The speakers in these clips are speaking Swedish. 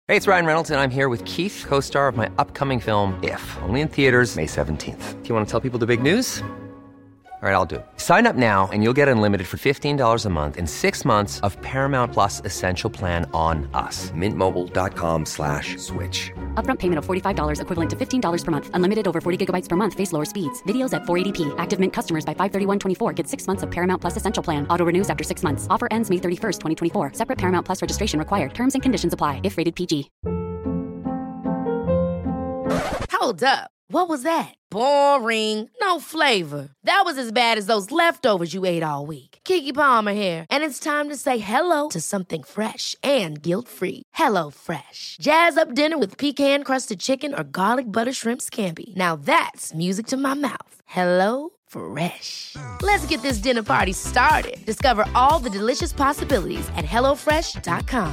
Hey, it's Ryan Reynolds, and I'm here with Keith, co-star of my upcoming film, If, only in theaters May 17th. Do you want to tell people the big news? All right, I'll do it. Sign up now and you'll get unlimited for $15 a month and 6 months of Paramount Plus Essential Plan on us. MintMobile.com/switch. Upfront payment of $45 equivalent to $15 per month. Unlimited over 40 gigabytes per month. Face lower speeds. Videos at 480p. Active Mint customers by 531.24 get 6 months of Paramount Plus Essential Plan. Auto renews after 6 months. Offer ends May 31st, 2024. Separate Paramount Plus registration required. Terms and conditions apply if rated PG. Hold up. What was that? Boring. No flavor. That was as bad as those leftovers you ate all week. Keke Palmer here, and it's time to say hello to something fresh and guilt-free. Hello Fresh. Jazz up dinner with pecan-crusted chicken or garlic butter shrimp scampi. Now that's music to my mouth. Hello Fresh. Let's get this dinner party started. Discover all the delicious possibilities at hellofresh.com.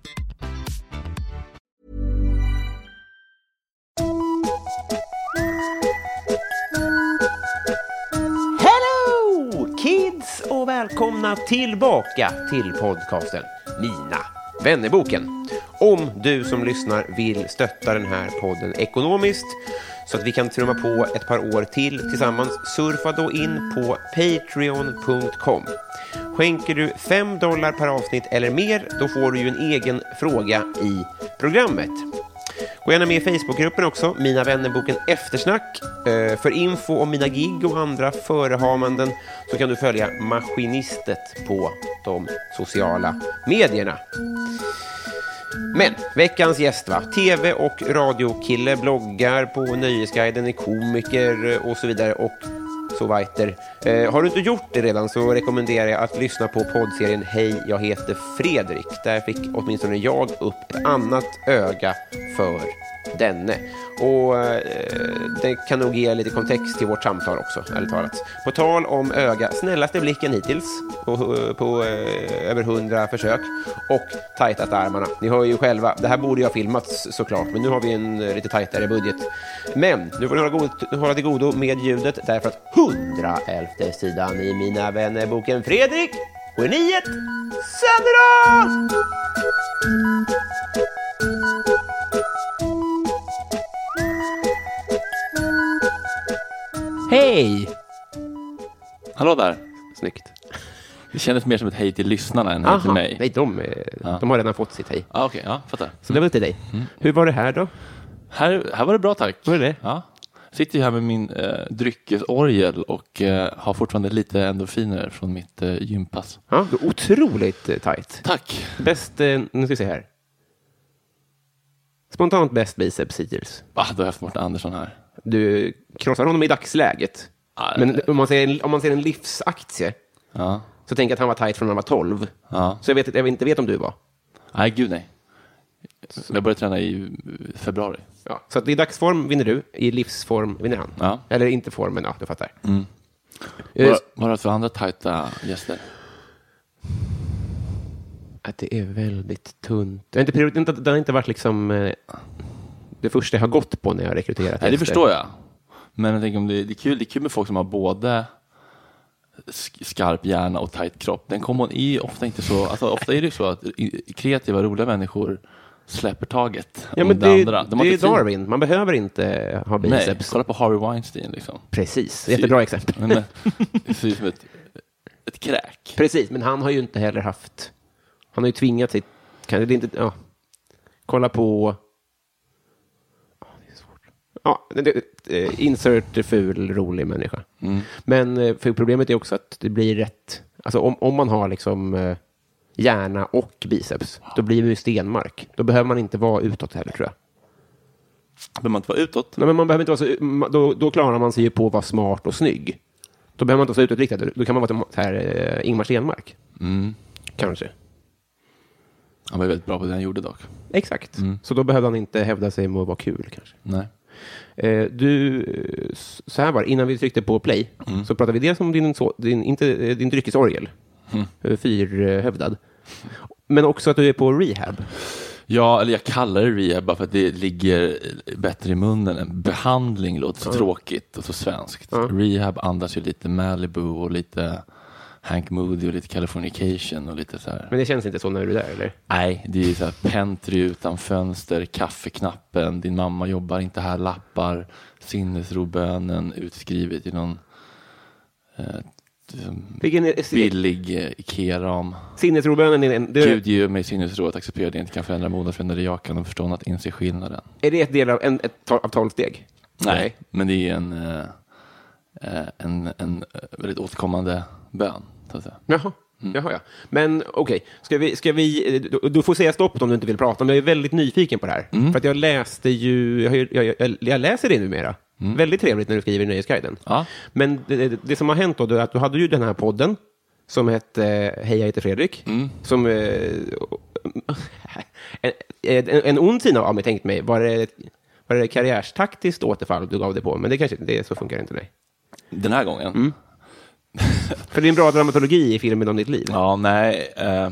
Kids, och välkomna tillbaka till podcasten Mina vännerboken. Om du som lyssnar vill stötta den här podden ekonomiskt så att vi kan trumma på ett par år till tillsammans, surfa då in på patreon.com. Skänker du $5 per avsnitt eller mer, då får du ju en egen fråga i programmet. Gå gärna med i Facebookgruppen också, Mina vännerboken Eftersnack. För info om mina gig och andra förehavanden så kan du följa Maskinistet på de sociala medierna. Men veckans gäst, va? TV- och radiokille, bloggar på Nöjesguiden, är komiker och så vidare och så weiter. Har du inte gjort det redan så rekommenderar jag att lyssna på poddserien Hej, jag heter Fredrik. Där fick åtminstone jag upp ett annat öga för denne. Och det kan nog ge lite kontext till vårt samtal också, ärligt talat. På tal om öga, snällaste blicken hittills på över 100 försök och tajtat armarna. Ni hör ju själva, det här borde ju ha filmats såklart, men nu har vi en lite tajtare budget. Men nu får ni hålla till godo med ljudet, därför att 111:e sidan i Mina vännerboken Fredrik och geniet sänder oss! Hej! Hallå där. Snyggt. Det kändes mer som ett hej till lyssnarna än hej till mig. Nej, de har redan fått sitt hej. Okej, fattar. Så det var till dig. Hur var det här då? Här var det bra, tack. Var det? Ja. Sitter ju här med min dryckesorgel och har fortfarande lite endorfiner från mitt gympass. Ja, det är otroligt tajt. Tack. Bäst, nu ska vi se här. Spontant bäst biceps hittills. Då har jag haft Martin Andersson här. Du krossar honom i dagsläget. Men om man ser en livsaktie så tänker jag att han var tajt från när han var 12. Ja. Så jag inte vet om du var. Nej, gud nej. Jag började träna i februari. Ja, så att i dagsform vinner du, i livsform vinner han. Ja. Eller inte formen, ja, du fattar. Vad har du för andra tajta gäster? Att det är väldigt tunt. Det har inte varit liksom det första jag har gått på när jag har rekryterat. Nej, det förstår jag. Men jag tänker om det är kul med folk som har både skarp hjärna och tajt kropp. Den kommer är ofta inte så, alltså ofta är det så att kreativa, roliga människor släpper taget. Ja, men det är Darwin. Man behöver inte ha biceps. Nej, kolla på Harvey Weinstein liksom. Precis, jättebra exempel. Men det ser ut som ett kräk. Precis, men han har ju inte heller haft. Han har ju tvingat sig. Kan det inte? Ja. Kolla på. Det är svårt. Ja, insert ful rolig människa. Men för problemet är också att det blir rätt. Alltså om man har liksom hjärna och biceps, då blir det ju stenmark. Då behöver man inte vara utåt heller, tror jag. Behöver man inte vara utåt? Nej, men man behöver inte vara så. Då klarar man sig ju på att vara smart och snygg. Då behöver man inte vara så utåtriktad. Då kan man vara så här Ingmar Stenmark. Kanske. Han var väldigt bra på det han gjorde dock. Exakt. Så då behövde han inte hävda sig med att vara kul kanske. Nej. Så här var det. Innan vi tryckte på play så pratade vi dels om din dryckesorgel. Fyrhövdad. Men också att du är på rehab. Ja, eller jag kallar det rehab bara för att det ligger bättre i munnen än behandling. Låter så tråkigt och så svenskt. Rehab andas ju lite Malibu och lite Hank Moody och lite Californication och lite så här. Men det känns inte så när du är där, eller? Nej, det är så här pentry utan fönster, kaffeknappen, din mamma jobbar inte här, lappar, sinnesrobönen utskrivet i någon billig Ikea-ram. Sinnesrobönen är Gud ger mig sinnesro att acceptera det inte kan förändra modet, förändra jag kan och förstå att inse skillnaden. Är det ett del av av 12 steg? Nej, men det är en väldigt återkommande bön, så att säga. Jaha. Jaha, ja. Men okej, ska vi du får säga stopp om du inte vill prata, men jag är väldigt nyfiken på det här. För att jag läste ju, jag läser det numera. Väldigt trevligt när du skriver i Nöjesguiden. Ja. Men det som har hänt då är att du hade ju den här podden som hette Hej, jag heter Fredrik. Som en ond sida av mig tänkt mig, var det karriärstaktiskt återfall du gav det på? Men det kanske det så funkar det inte, nej. Den här gången? För det är en bra dramaturgi i filmen om ditt liv. Ja, nej.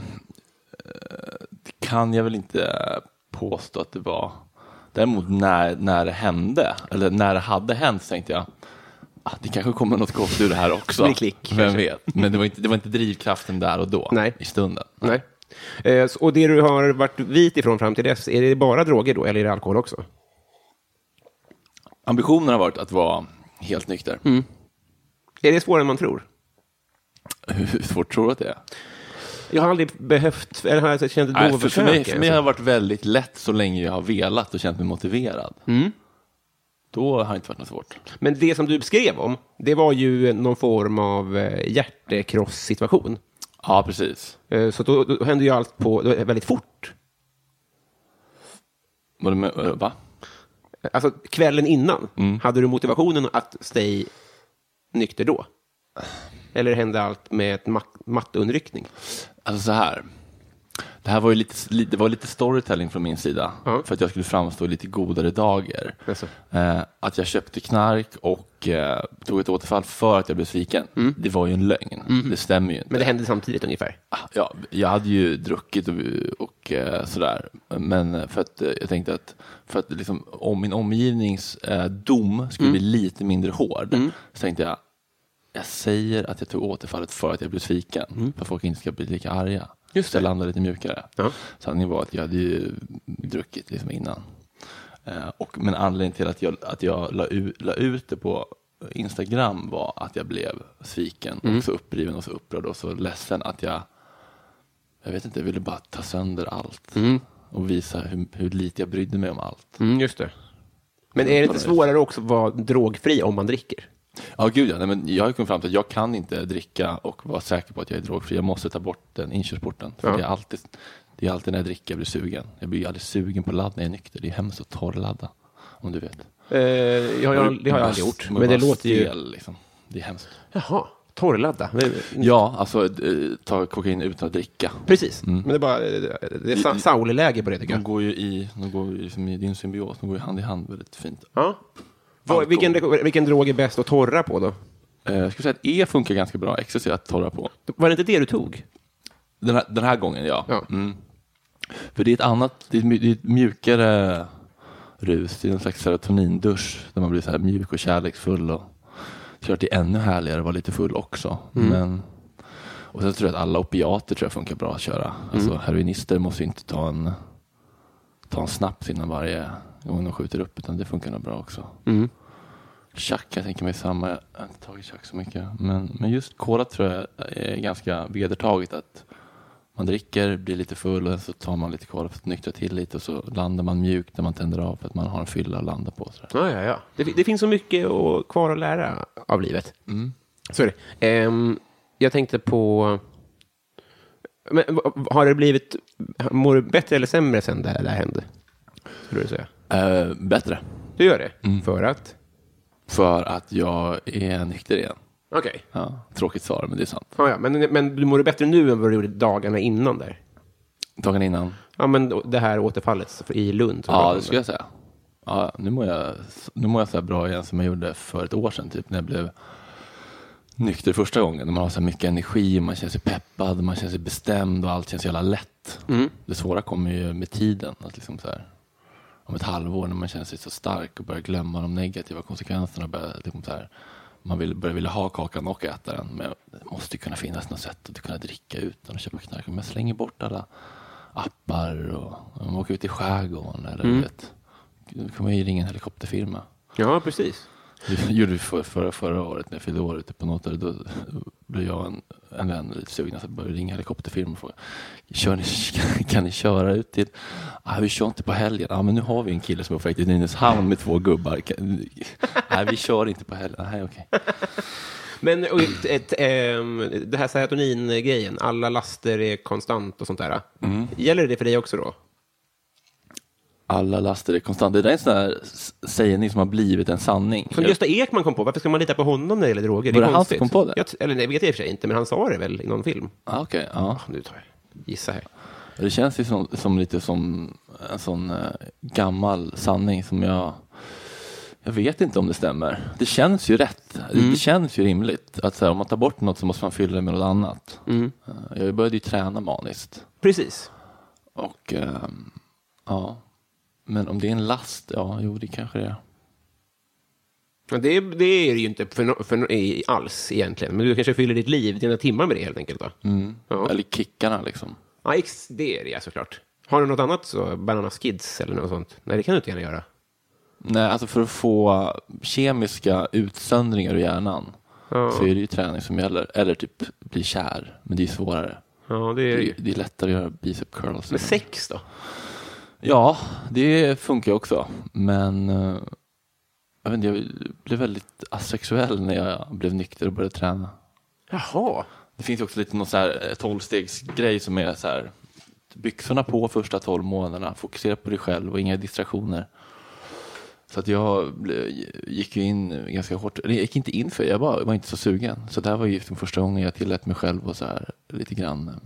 Det kan jag väl inte påstå att det var. Däremot när det hände, eller när det hade hänt, så tänkte jag det kanske kommer något gott ur det här också. Det blir klick. Vem vet. Men det var inte drivkraften där och då. Nej. I stunden. Nej. Och det du har varit vit ifrån fram till dess, är det bara droger då, eller är det alkohol också? Ambitionen har varit att vara helt nykter. Är det svårare än man tror? Hur svårt tror du att det är? Jag har aldrig behövt, eller har jag känt ett behov av för mig har det varit väldigt lätt så länge jag har velat och känt mig motiverad. Då har det inte varit något svårt. Men det som du beskrev om, det var ju någon form av hjärtekross-situation. Ja, precis. Så då hände ju allt väldigt fort. Va? Alltså kvällen innan, hade du motivationen att stay nykter då? Eller hände allt med ett mattunryckning? Alltså så här. Det här var ju lite storytelling från min sida. För att jag skulle framstå i lite godare dagar. Att jag köpte knark och tog ett återfall för att jag blev sviken. Det var ju en lögn. Det stämmer ju inte. Men det hände samtidigt ungefär? Ja, jag hade ju druckit och sådär. Men för att jag tänkte att för att liksom, om min omgivnings dom skulle bli lite mindre hård, så tänkte jag säger att jag tog återfallet för att jag blev sviken. För att folk inte ska bli lika arga. Just det. Så jag landade lite mjukare. Ja. Sanningen var att jag hade ju druckit liksom innan. Men anledningen till att jag la ut det på Instagram var att jag blev sviken och så uppriven och så upprörd och så ledsen att jag vet inte, jag ville bara ta sönder allt och visa hur lite jag brydde mig om allt. Just det. Men är det inte svårare också att vara drogfri om man dricker? Ja, gud ja. Nej, men jag har kommit fram till att jag kan inte dricka och vara säker på att jag är drogfri. Jag måste ta bort den inkörsporten. För det är alltid när jag dricker jag blir sugen. Jag blir aldrig sugen på ladd när jag är nykter. Det är hemskt att torrladda, om du vet. Det har jag aldrig gjort. Men det låter ju... Liksom. Det är hemskt. Jaha, torrladda? Ja, alltså ta kokain utan att dricka. Precis, men det är sauleläge på det, tycker jag. De går ju i din symbios. De går ju hand i hand väldigt fint. Ja. Vilken drog är bäst att torra på då? Jag skulle säga att E funkar ganska bra. Ecstasy att torra på. Var det inte det du tog? Den här gången, ja. För det är ett mjukare rus. Det är en slags serotonindusch där man blir så här mjuk och kärleksfull. Och klart det är ännu härligare att vara lite full också. Och sen tror jag att alla opiater tror jag funkar bra att köra. Alltså heroinister måste ju inte ta en snaps innan varje gång de skjuter upp, utan det funkar nog bra också. Chack, jag tänker mig samma. Jag har inte tagit chack så mycket. Men just cola tror jag är ganska vedertaget, att man dricker, blir lite full och så tar man lite cola för att nyktra till lite och så landar man mjukt när man tänder av för att man har en fylla att landa på. Ja. Det finns så mycket kvar att lära av livet. Så är det. Jag tänkte på... Men, har det blivit... Mår du bättre eller sämre sen det här hände? Skulle du säga? Bättre. Du gör det? För att? För att jag är nykter igen. Okej. Ja, tråkigt svar, men det är sant. Ja, men du mår bättre nu än vad du gjorde dagarna innan där? Dagarna innan? Ja, men det här återfallet i Lund. Ja, det skulle jag säga. Ja, nu mår jag så här bra igen som jag gjorde för ett år sedan, typ när jag blev nykter första gången. Man har så här mycket energi, man känner sig peppad, man känner sig bestämd och allt känns så jävla lätt. Det svåra kommer ju med tiden, att liksom så här, om ett halvår när man känner sig så stark och börjar glömma de negativa konsekvenserna och börjar liksom så här man vilja ha kakan och äta den. Men det måste ju kunna finnas något sätt att kunna dricka utan att köpa knark. Men jag slänger bort alla appar och man åker ut i skärgården eller vet. Då kommer jag ju ringa en helikopterfirma. Ja, precis. Det gjorde vi förra året när jag fyllde året på något. Då blev jag en vän lite sugen så började ringa helikopterfirma och fråga, kan ni köra ut till... vi kör inte på helgen. Men nu har vi en kille som är på väg till Nynäshamn med 2 gubbar. Nej, vi kör inte på helgen. Nej, okej. Men det här serotonin-grejen, alla laster är konstant och sånt där. Gäller det för dig också då? Alla laster är konstant. Det är en sån här sägning som har blivit en sanning. Som Gösta Ekman kom på. Varför ska man lita på honom när det gäller droger? Var det han som kom på det? Eller nej, vet jag i och för sig inte, men han sa det väl i någon film. Okej. Nu tar jag gissa här. Det känns ju som lite som en sån gammal sanning som jag vet inte om det stämmer. Det känns ju rätt. Det känns ju rimligt. Att så här, om man tar bort något så måste man fylla det med något annat. Jag började ju träna maniskt. Precis. Och ja. Men om det är en last, det kanske det är. Ja, det är det ju inte för alls egentligen. Men du kanske fyller ditt liv, dina timmar med det helt enkelt då. Ja. Eller kickarna liksom. Ja, det är det såklart. Har du något annat så, Bananas Kids eller något sånt? Nej, det kan du inte gärna göra. Nej, alltså för att få kemiska utsöndringar ur hjärnan så är det ju träning som gäller. Eller typ bli kär, men det är svårare. Ja, det är lättare att göra bicep curls. Men sex då? Ja, det funkar också. Men jag blev väldigt asexuell när jag blev nykter och började träna. Jaha. Det finns också lite någon så här 12-stegsgrej som är så här: byxorna på första 12 månaderna, fokusera på dig själv och inga distraktioner. Så att jag gick ju in ganska hårt. Jag gick inte in för jag var inte så sugen. Så det här var ju den första gången jag tillät mig själv och så här lite grann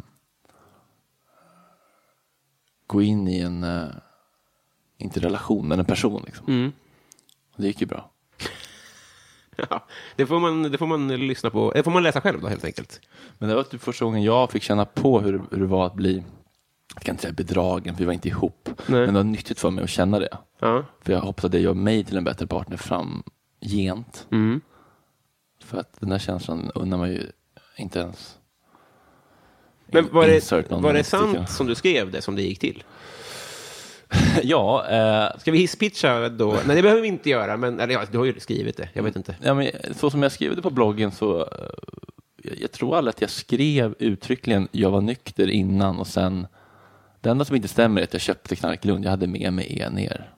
gå in i inte relation men en person liksom. Det gick ju bra. Ja, det får man lyssna på. Det får man läsa själv då helt enkelt. Men det var typ första gången jag fick känna på hur det var att bli, jag kan inte säga bedragen, för vi var inte ihop. Nej. Men det var nyttigt för mig att känna det. Ja. För jag hoppas att det gör mig till en bättre partner framgent. För att den här känslan undrar man ju inte ens. Men var det sant som du skrev det, som det gick till? Ja. Ska vi hisspitcha då? Nej, det behöver vi inte göra. Men, eller, du har ju skrivit det, jag vet inte. Ja, men, så som jag skrev det på bloggen så jag tror aldrig att jag skrev uttryckligen jag var nykter innan och sen det enda som inte stämmer är att jag köpte knark i Lund. Jag hade med mig ner.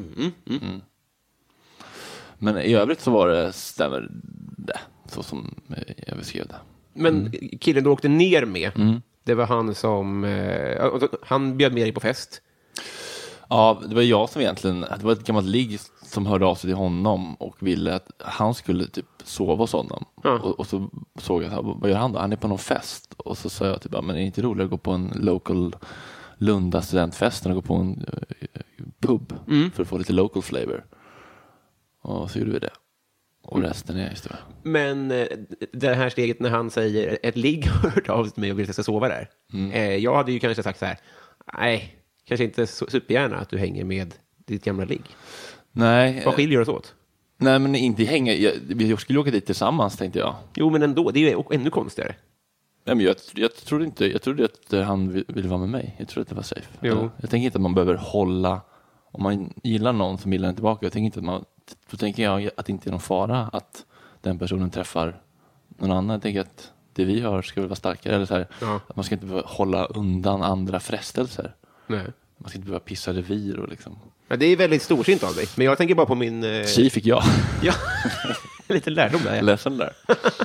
Men i övrigt så stämmer det så som jag beskrev det. Men killen du åkte ner med, det var han som han bjöd med dig på fest. Ja, det var jag som egentligen, det var ett gammalt ligg som hörde av sig till honom och ville att han skulle typ sova hos honom. Och så såg jag, vad gör han då? Han är på någon fest. Och så sa jag typ, men är det inte roligt att gå på en local Lunda studentfest och gå på en pub för att få lite local flavor. Och så gjorde vi det. Och resten är historia. Men det här steget när han säger ett ligg har hört av sig till mig och vill att jag ska sova där. Jag hade ju kanske sagt så här, nej, kanske inte supergärna att du hänger med ditt gamla ligg. Nej. Vad skiljer oss åt? Nej, men inte hänga. Jag skulle åka dit tillsammans, tänkte jag. Jo, men ändå. Det är ju ännu konstigare. Nej, men jag trodde att han ville vara med mig. Jag trodde att det var safe. Jo. Jag tänker inte att man behöver hålla. Om man gillar någon som gillar en tillbaka. Då tänker jag att det inte är någon fara att den personen träffar någon annan. Jag tänker att det vi har ska väl vara starkare. Eller så här, att man ska inte behöva hålla undan andra frestelser. Nej. Man ska inte behöva pissa revir och liksom. Ja, det är väldigt storsint av dig. Men jag tänker bara på min... Tji fick jag. Ja, lite lärdom där. Ledsen där.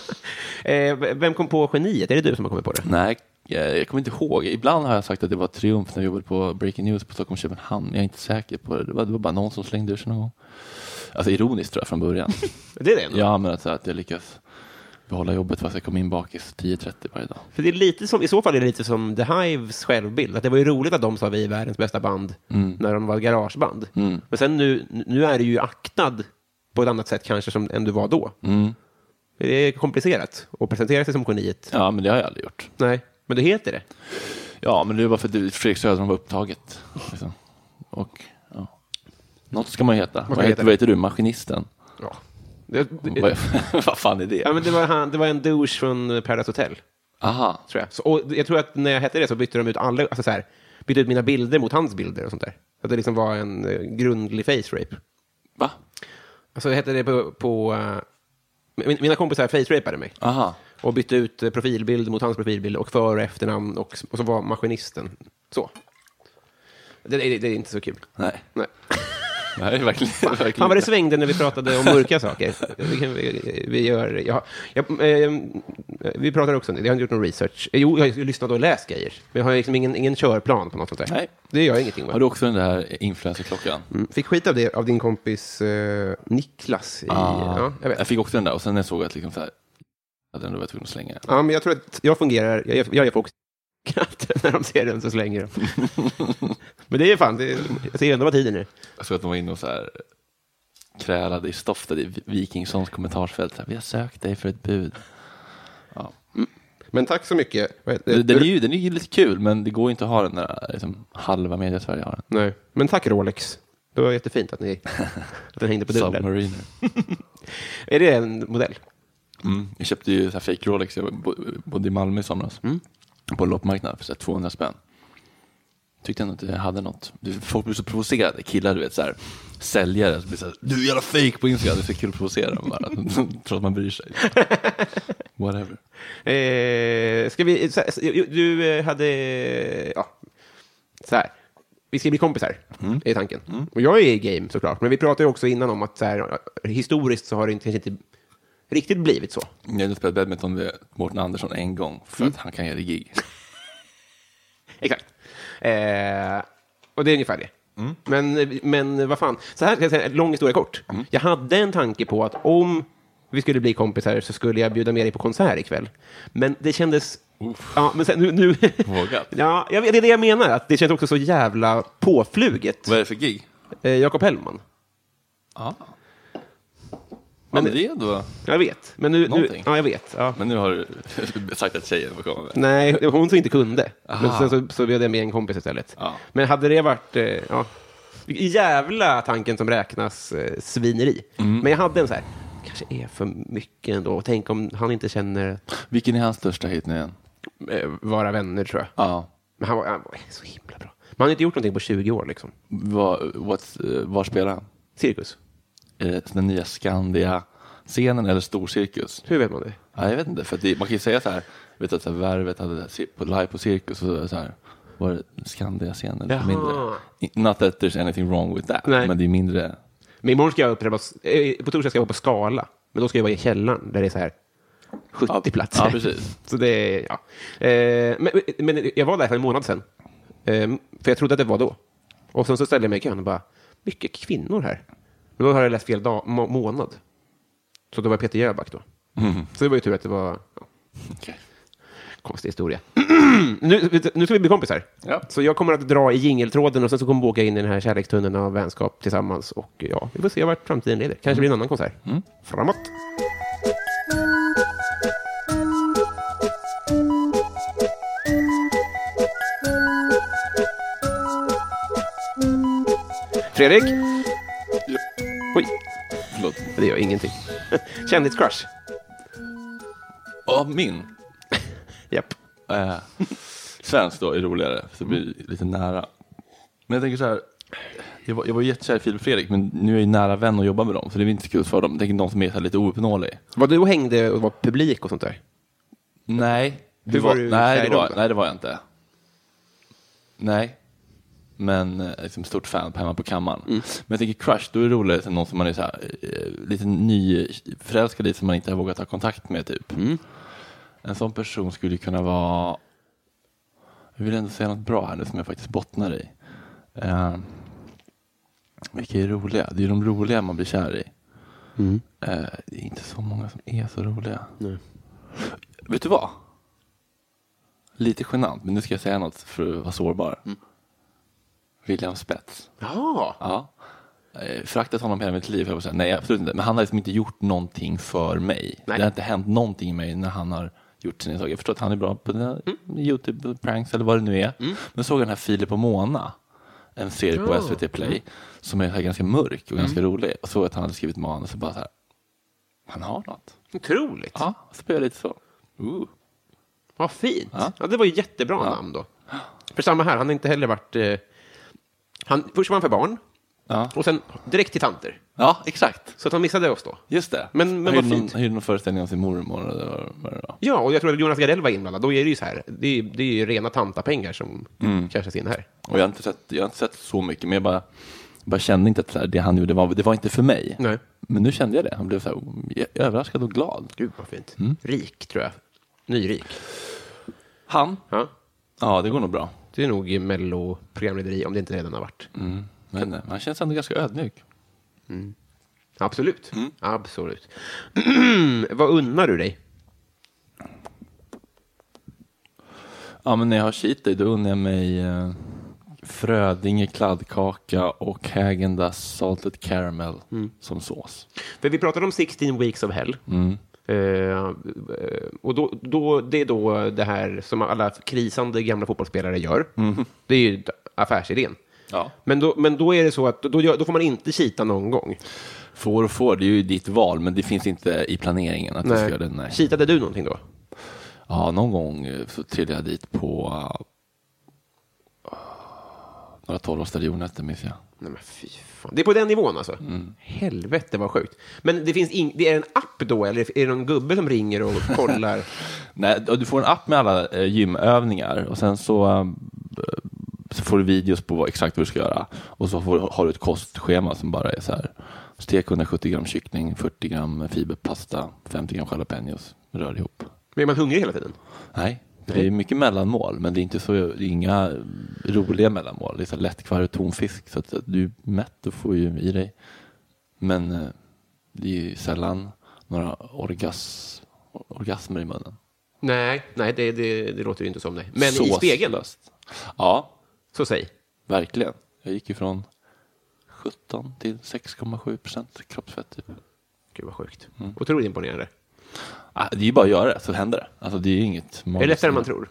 Vem kom på geniet? Är det du som har kommit på det? Nej, jag kommer inte ihåg. Ibland har jag sagt att det var triumf när jag jobbade på Breaking News på Stockholm Köpenhamn. Jag är inte säker på det. Det var bara någon som slängde ur sig någon gång. Alltså ironiskt tror jag från början. Det är det ändå? Ja, men att jag lyckas behålla jobbet fast jag kom in bakis 10:30 varje dag. För det är lite som, i så fall är det lite som The Hives självbild. Att det var ju roligt att de sa vi är världens bästa band när de var garageband. Men sen nu är det ju aktad på ett annat sätt kanske som än du var då. Det är komplicerat att presentera sig som geniet. Ja, men det har jag aldrig gjort. Nej, men det heter det. Ja, men det är bara för att Fredrik Söderholm var upptaget. Liksom. Och ja. Något ska man heta. Vad heter du? Maskinisten? Ja. Vad fan är det? Ja, men det var en douche från Paradise Hotel. Aha. Tror jag. Och jag tror att när jag hette det så bytte de ut alla, alltså så här, bytte ut mina bilder mot hans bilder och sånt där. Så att det liksom var en grundlig face rape. Va? Alltså hette det på mina kompisar face-rapade mig. Aha. Och bytte ut profilbild mot hans profilbild och för- och efternamn och så var maskinisten. Så. Det är inte så kul. Nej. Nej. Nej, verkligen. Fan vad det svängde när vi pratade om mörka saker. Vi pratar också om det. Jag har inte gjort någon research. Jo, jag har lyssnat och läst grejer. Men jag har liksom ingen körplan på något sånt där. Nej. Det gör jag ingenting med. Har du också den där influencerklockan? Fick skit av det av din kompis Niklas. Jag vet. Jag fick också den där och sen när jag såg att liksom så här, att den då var tvungen att slänga. Ja, men jag tror att jag fungerar. Jag ger folk när de ser den så slänger de. Men det är fan, jag ser ändå vad tiden är. Jag såg att de var inne och så här krälade i stoftet i Wikingssons kommentarsfält. Vi har sökt dig för ett bud. Ja. Men tack så mycket. Den är ju lite kul, men det går inte att ha den där liksom, halva media Sverige har den. Nej, men tack Rolex. Det var jättefint att den hängde på dörren. Submariner. Är det en modell? Jag köpte ju så här fake Rolex. Jag bodde i Malmö i somras. På en loppmarknad för så här 200 spänn. Tyckte ändå att det hade något. Folk blir så provocerade. Killar, du vet, så här säljare så blir så här, du är jävla fake på Instagram. Det är så kul att provocera dem bara. Trots att man bryr sig. Whatever. Ska vi... Du hade... Ja. Så här. Vi ska bli kompisar, är tanken. Och jag är i game såklart. Men vi pratade ju också innan om att så här, historiskt så har det kanske inte riktigt blivit så. Jag har spelat badminton med Mårten Andersson en gång för att han kan göra gig. Exakt. Och det är ungefär det. Men vad fan. Så här ska jag säga, lång historia kort. Jag hade en tanke på att om vi skulle bli kompisar så skulle jag bjuda med dig på konsert ikväll. Men det kändes... Ja, men sen, nu Vågat. Ja, det är det jag menar. Att det känns också så jävla påfluget. Vad är det för gig? Jakob Hellman. Ja. Men det är då... Jag vet. Men nu ja, jag vet. Ja. Men nu har du sagt att tjejen får komma med. Nej, hon så inte kunde. Men sen så bjöd jag med en kompis istället. Ja. Men hade det varit... jävla tanken som räknas svineri. Men jag hade en så här... Kanske är för mycket ändå. Tänk om han inte känner... Vilken är hans största hit nu igen? Vara vänner, tror jag. Ja. Men han var så himla bra. Man har inte gjort någonting på 20 år, liksom. Var spelar han? Cirkus. Är det den nya Skandia-scenen eller Storcirkus? Hur vet man det? Ja, jag vet inte, för att man kan ju säga så här, vet att så här, Värvet hade live på Cirkus och så här, var det Skandia-scenen eller mindre? Not that there's anything wrong with that, men det är mindre. Men imorgon ska jag uppträda på torsdag ska jag vara på Skala, men då ska jag vara i källaren där det är så här 70 platser. Ja, precis. Så det är, men jag var där för en månad sedan. För jag trodde att det var då. Och sen så ställde jag mig i kön och bara, mycket kvinnor här. Men då har jag läst fel månad. Så det var Peter Jöback då. Så det var ju tur att det var... Ja. Okay. Konstig historia. nu ska vi bli kompisar. Ja. Så jag kommer att dra i jingeltråden och sen så kommer vi åka in i den här kärlekstunneln av vänskap tillsammans. Och ja, vi får se vart framtiden leder. Kanske blir en annan konsert. Framåt! Fredrik? Oj. Förlåt. Det gör ingenting. Kändiscrush. Ja, min. Japp. Svensk då är roligare, så det blir lite nära. Men jag tänker så här, jag var jättekär i Filip och Fredrik, men nu är jag ju nära vän och jobbar med dem, så det är inte kul för dem. Jag tänker någon som är så här lite ouppnåelig. Var du och hängde och var publik och sånt där? Nej. Hur var du? Nej, det var jag inte. Nej. Men liksom stort fan på Hemma på kammaren. Men jag tänker crush, då är det roligt någon som man är så här, lite ny förälskad i, som man inte har vågat ha kontakt med typ. En sån person skulle kunna vara, jag vill ändå säga något bra här nu som jag faktiskt bottnar i. Vilka är roliga? Det är de roliga man blir kär i. Det är inte så många som är så roliga. Nej. Vet du vad? Lite genant, men nu ska jag säga något för att vara sårbar. William Spets. Ja. Fraktat honom hela mitt liv. Jag säga, nej, absolut inte. Men han har liksom inte gjort någonting för mig. Nej. Det har inte hänt någonting i mig när han har gjort sina saker. Jag förstår att han är bra på YouTube-pranks eller vad det nu är. Men såg den här Filip och Mona, en serie på SVT Play som är ganska mörk och ganska rolig. Och såg att han hade skrivit manus och bara så här, Han har något. Otroligt. Ja, spelar lite så. Vad fint. Ja, det var ju jättebra namn då. För samma här, han har inte heller varit... först var han för barn. Ja. Och sen direkt till tanter. Ja, exakt. Så att han missade oss då. Just det. Men vad fint. Hyrde någon föreställning om sin mormor? Eller vad det var. Ja, och jag tror att Jonas Gardell var inblandad. Då är det ju så här. Det är ju rena tantapengar som kanske in här. Och jag har inte sett så mycket, men jag bara kände inte att det han gjorde det var inte för mig. Nej. Men nu kände jag det. Han blev så här överraskad och glad. Gud vad fint. Rik, tror jag. Nyrik. Han? Ja. Ja, det går nog bra. Det är nog i Mello-programlederi, om det inte redan har varit. Men han känns ändå ganska ödmjuk. Absolut. Absolut. Vad unnar du dig? Ja, men när jag har cheat day, då unnar jag mig Frödinge kladdkaka och Häagen-Dazs salted caramel som sås. För vi pratade om 16 weeks of hell. Och då det är då det här som alla krisande gamla fotbollsspelare gör. Det är ju affärsidén. Ja. Men då är det så att då får man inte cheata någon gång. Får, det är ju ditt val, men det finns inte i planeringen att du ska göra det. Nej. Cheatade du någonting då? Ja, någon gång så trillade jag dit på några 12-årsstadionet, minns jag. Nej, men fy fan. Det är på den nivån alltså? Helvete vad sjukt. Men det finns det är en app då, eller är det någon gubbe som ringer och kollar? Nej, du får en app med alla gymövningar och sen så får du videos på exakt vad du ska göra. Och så har du ett kostschema som bara är så här: stek 170 gram kyckling, 40 gram fiberpasta, 50 gram jalapenos, rör ihop. Men är man hungrig hela tiden? Nej. Det är mycket mellanmål, men det är inte så, det är inga roliga mellanmål. Det är så lättkvarg och tonfisk, så att du är mätt och får ju i dig. Men det är ju sällan några orgasmer i munnen. Nej, det låter ju inte som det. Men så i spegeln? Ja. Så säg. Verkligen. Jag gick ju från 17 till 6,7% kroppsfett. Typ. Gud vad sjukt. Otroligt imponerande. Det är ju bara att göra det, så händer det. Alltså, det är inget... Är det lättare än man tror?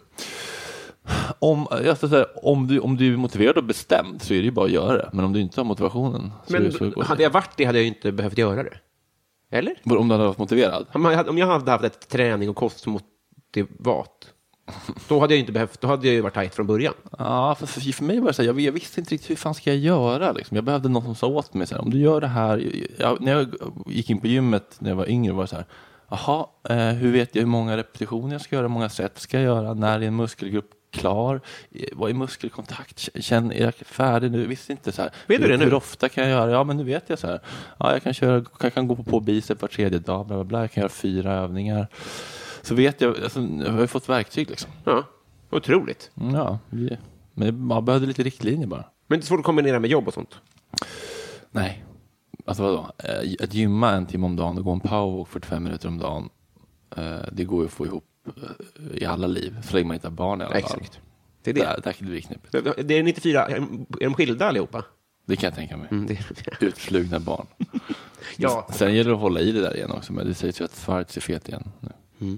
Om du är motiverad och bestämd så är det ju bara att göra det. Men om du inte har motivationen... Hade jag varit det hade jag ju inte behövt göra det. Eller? Om du hade varit motiverad? Om jag hade haft ett träning och kostmotivat, då hade jag inte behövt... Då hade jag ju varit tajt från början. Ja, för mig var det så här, jag visste inte riktigt hur fan ska jag göra. Liksom. Jag behövde någon som sa åt mig så här, om du gör det här... när jag gick in på gymmet när jag var yngre var det så här... Jaha, hur vet jag hur många repetitioner jag ska göra, hur många set ska jag göra, när är en muskelgrupp klar, vad är muskelkontakt, är jag färdig nu, visste inte så här. Vet du det nu? Hur ofta kan jag göra, ja men nu vet jag så här, ja jag kan gå på bicep var tredje dag, bla bla bla, jag kan göra 4 övningar, så vet jag, alltså, jag har fått verktyg liksom. Ja, otroligt. Ja, men man behövde lite riktlinjer bara. Men det är svårt att kombinera med jobb och sånt? Nej. Alltså vadå? Att gymma 1 timme om dagen och gå en powerwalk 45 minuter om dagen, det går ju att få ihop i alla liv, så länge man inte har barn i alla fall. Exakt. Det är det. Där kan det bli knipigt. Det är 94, är de skilda allihopa? Det kan jag tänka mig. Utslugna barn. Ja. Sen gäller det att hålla i det där igen också, men det sägs ju att Schwarz är fet igen nu.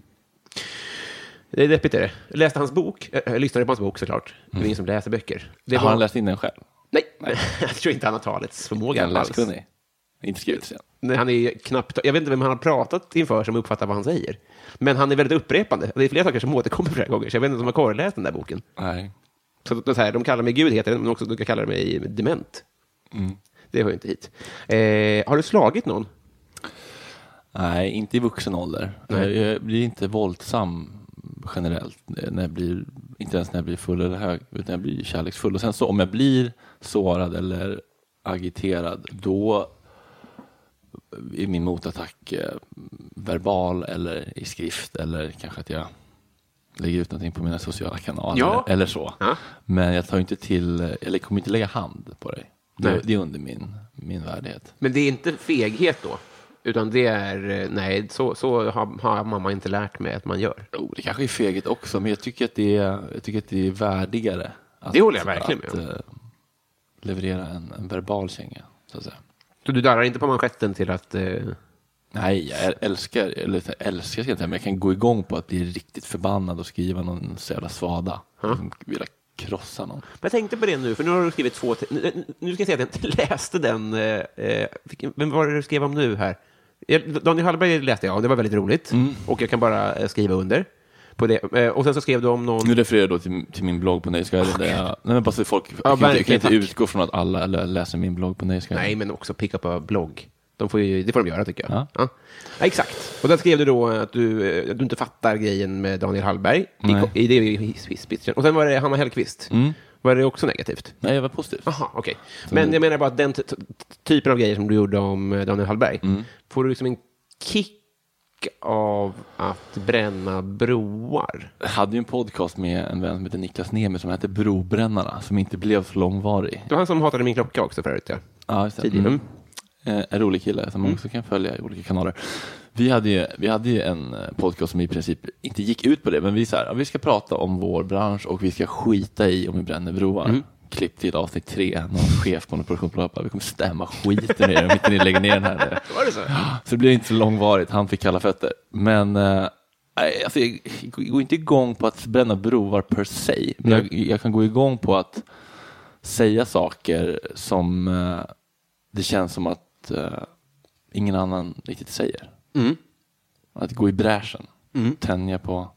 Det är deppigt, är det. Jag läste hans bok, jag lyssnade på hans bok såklart. Det är ingen som läser böcker. Har han läst in den själv? Nej. Jag tror inte han har talets förmåga. Är han läskunnig? Inte skrivit sen. Nej, han är knappt... Jag vet inte vem han har pratat inför som uppfattar vad han säger. Men han är väldigt upprepande. Det är flera saker som återkommer flera gånger. Så jag vet inte om jag har korreläst den där boken. Nej. Så de kallar mig Gud, heter det, men också de kallar mig dement. Det hör ju inte hit. Har du slagit någon? Nej, inte i vuxen ålder. Jag blir inte våldsam generellt. Inte ens när jag blir full eller hög, utan jag blir kärleksfull. Och sen så om jag blir sårad eller agiterad, då är min motattack verbal eller i skrift, eller kanske att jag lägger ut någonting på mina sociala kanaler eller så. Ja. Men jag tar inte eller kommer inte lägga hand på dig. Det är under min värdighet. Men det är inte feghet då? Utan det är, nej, så har mamma inte lärt mig att man gör. Det kanske är feghet också, men jag tycker att det är värdigare. Det håller jag verkligen med om. Leverera en verbal känga, så att säga. Så du darrar inte på manschetten till att... Nej, jag älskar ska jag inte, men jag kan gå igång på att bli riktigt förbannad och skriva någon så jävla svada. Vill krossa någon. Men jag tänkte på det nu, för nu har du skrivit 2... Nu ska jag säga att jag inte läste den... Vem var det du skrev om nu här? Daniel Hallberg läste jag, det var väldigt roligt. Och jag kan bara skriva under på det. Och sen så skrev du om någon... Nu refererar jag då till min blogg på Nöjesguiden. Nej, men bara så folk kan inte utgå från att alla läser min blogg på Nöjesguiden. Nej, men också pick up a blogg. Det får de göra, tycker jag. Ja, exakt. Och där skrev du då att du inte fattar grejen med Daniel Hallberg i det. Och sen var det Hanna Hellquist. Var det också negativt? Nej, jag var positiv. Aha, okej. Men jag menar bara att den typen av grejer som du gjorde om Daniel Hallberg, får du liksom en kick av att bränna broar? Jag hade ju en podcast med en vän som heter Niklas Nemi som hette Brobrännarna, som inte blev så långvarig. Det var han som hatade min klocka också förut, ja. Ja, just det. En rolig kille som man också kan följa i olika kanaler. Vi hade ju en podcast som i princip inte gick ut på det, men vi ska prata om vår bransch och vi ska skita i om vi bränner broar. Klipp till avsnitt 3, någon chef på en produktionsbolag, vi kommer stämma skiten ner om inte ni lägger ner den här. Var det så? Så det blev inte så långvarigt, han fick kalla fötter. Men alltså, jag går inte igång på att bränna broar per se, men jag kan gå igång på att säga saker som det känns som att ingen annan riktigt säger. Att gå i bräschen. Tänja på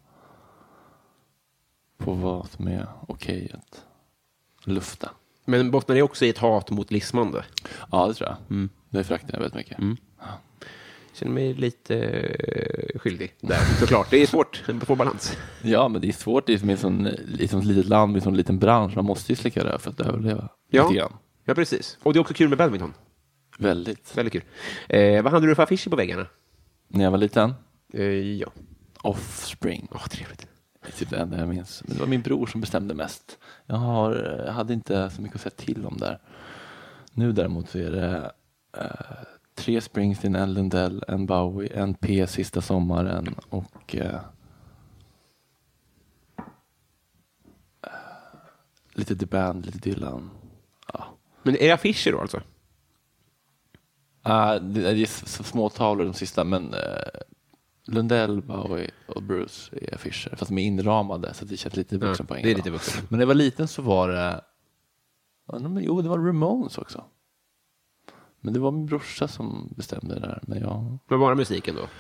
vad som är okej att lufta. Men bottnar det också i ett hat mot lismande? Ja, det tror jag. Det föraktar jag väldigt mycket. Känner mig lite skyldig där, såklart. Det är svårt att få balans. Ja, men det är svårt. Det är som i ett sånt litet land, i en sån liten bransch. Man måste ju slicka röv för att överleva. Ja, precis. Och det är också kul med badminton. Väldigt. Väldigt kul. Vad hade du för affischer på väggarna? När jag var liten? Ja. Offspring. Trevligt. Det är typ det enda jag minns. Men det var min bror som bestämde mest. Jag hade inte så mycket att säga till om där. Nu däremot så är det 3 Springsteen, en Lundell, en Bowie, en P sista sommaren och lite The Band, lite Dylan. Ja. Men är det affischer då alltså? Det är små tavlor de sista, men Lundell, Bowie och Bruce är affischer, fast de är inramade så det känns lite vuxenpoäng. Det är lite vuxen. Men när jag var liten så var det det var Ramones också. Men det var min brorsa som bestämde det där. Men bara musiken då?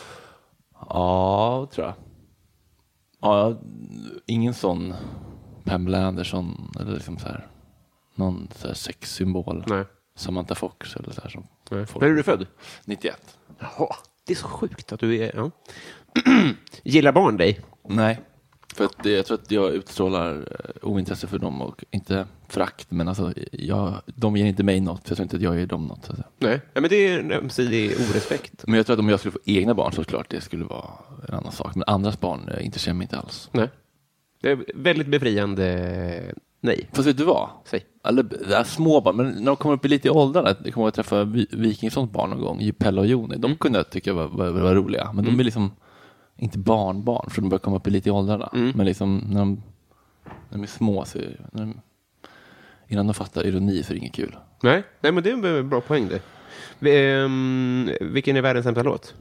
Ja, tror jag. Ja, ingen sån Pamela Anderson eller liksom så här någon så här sexsymbol. Nej. Samantha Fox eller så här som. När är du född? 91. Jaha, det är så sjukt att du är... Ja. Gillar barn dig? Nej, för att jag tror att jag utstrålar ointresse för dem och inte förakt, men alltså de ger inte mig något, för jag tror inte att jag ger dem något. Alltså. Nej, men det är orespekt. Men jag tror att om jag skulle få egna barn så klart det skulle vara en annan sak, men andras barn intresserar mig inte alls. Nej, det är väldigt befriande. Nej. Fast vet du vad? Säg. Alla det är små barn, men när de kommer upp i lite i åldrarna, jag kommer att träffa Wikingssons barn någon gång, Pelle och Joni, de kunde jag tycka var roliga, men de är liksom inte barnbarn, för de börjar komma upp i lite i åldrarna. Men liksom när de är små så innan de fattar ironi så är det inget kul. Nej, men det är en bra poäng det. Vilken är världens sämsta låt?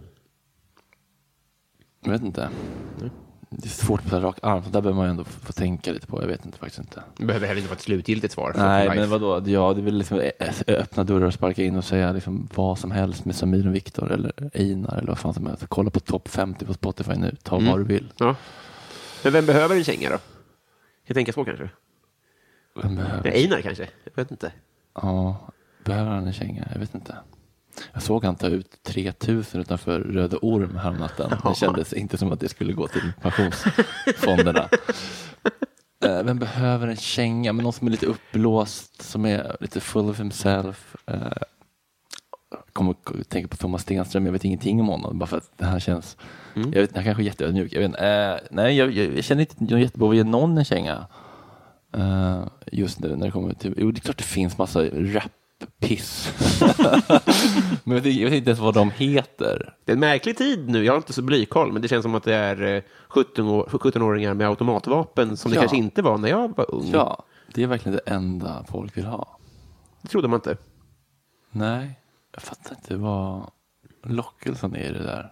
Jag vet inte. Det är svårt på rak arm, så där behöver man ändå få tänka lite på. Jag vet inte faktiskt inte. Det behöver heller inte vara ett slutgiltigt svar. Nej, men vadå? Ja, det är väl liksom öppna dörrar och sparka in och säga liksom vad som helst med Samir och Viktor eller Einar eller vad fan som helst. Kolla på topp 50 på Spotify nu. Ta vad du vill. Ja. Men vem behöver en känga då? Jag tänker så kanske. Vem behöver? Einar kanske? Jag vet inte. Ja, behöver han en känga? Jag vet inte. Jag såg han ta ut 3000 utanför Röde Orm häromnatten. Det kändes inte som att det skulle gå till pensionsfonderna. Vem behöver en känga? Men någon som är lite uppblåst, som är lite full of himself. Kommer att tänka på Thomas Stenström. Jag vet ingenting om honom, bara för att det här känns... Jag vet, han kanske är jätteödmjuk. Nej, jag känner inte någon jättebra att ge någon en känga. Just nu när det kommer till... Jo, det är klart det finns massa rap-piss. Men jag vet inte ens vad de heter. Det är en märklig tid nu. Jag har inte så blykoll, men det känns som att det är 17-åringar med automatvapen som det kanske inte var när jag var ung. Ja, det är verkligen det enda folk vill ha. Det trodde man inte. Nej, jag fattar inte vad lockelsen är i det där.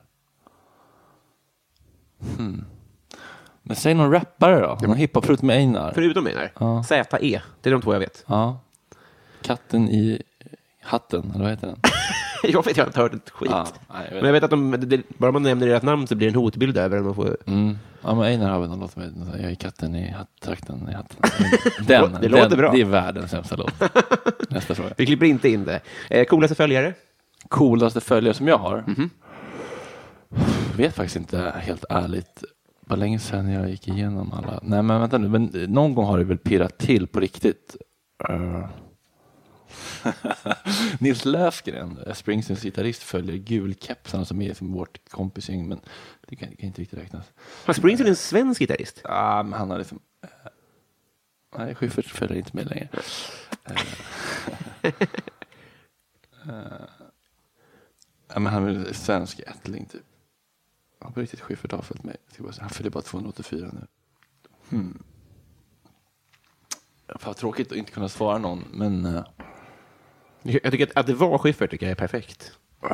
Men säg någon rappare då. Någon hiphop förutom Einar. Förutom Einar? Ja. Z.E. Det är de två jag vet. Ja. Katten i hatten, eller vad heter den? Jag vet, jag har inte hört ett skit. Ja, nej, men jag vet att bara man nämner deras namn så blir det en hotbild över den. Får... Ja, men Einar har väl någon låt med jag är katten i trakten i hatten. Det låter bra. Det är världens sämsta låt. Nästa fråga. Vi klipper inte in det. Coolaste följare? Coolaste följare som jag har? Vet faktiskt inte, helt ärligt. Var länge sedan jag gick igenom alla. Nej, men vänta nu. Men någon gång har det väl pirrat till på riktigt. Nils Löfgren, Springsteens gitarrist, följer gulkepsarna som är som vårt kompisgäng, men det kan inte riktigt räknas. Har Springsteen en svensk gitarrist? Ja, men han har liksom... nej, Schyffert följer inte med längre. Ja, men han är svensk ättling typ. Han på riktigt Schyffert har följt med. Han följer bara 284 nu. Fan, tråkigt att inte kunna svara någon, men... Jag tycker att det var Schyffert tycker jag är perfekt.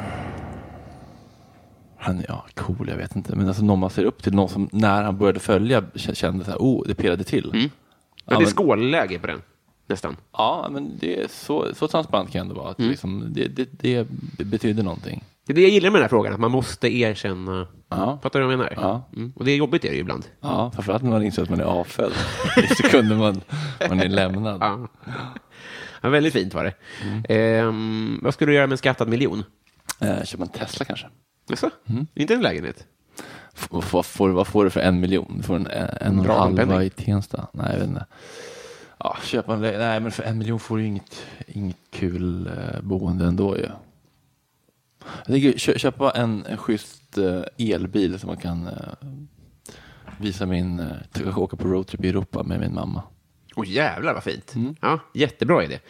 Han cool, jag vet inte. Men alltså någon man ser upp till, någon som när han började följa kände så här, det pirrade till. Ja, det är skålläge på den, nästan. Ja, men det är så transparent kan det vara. Att liksom, det betyder någonting. Det är det jag gillar med den här frågan, att man måste erkänna. Fattar du vad jag menar? Ja. Och det är jobbigt är det ju ibland. Ja, framförallt när man inser att man är avfälld. I sekunder man är lämnad. Ja, väldigt fint var det. Vad ska du göra med en skattad miljon? Köpa en Tesla kanske. Jaså? Inte en lägenhet? Vad får du för 1 miljon? Du får en och halva i Tensta. Nej, jag vet inte. Ja, köpa nej, men för 1 miljon får du inget kul boende ändå ju. Jag tänker köpa en schysst elbil som man kan visa åka på roadtrip i Europa med min mamma. Jävlar vad fint. Ja, jättebra idé.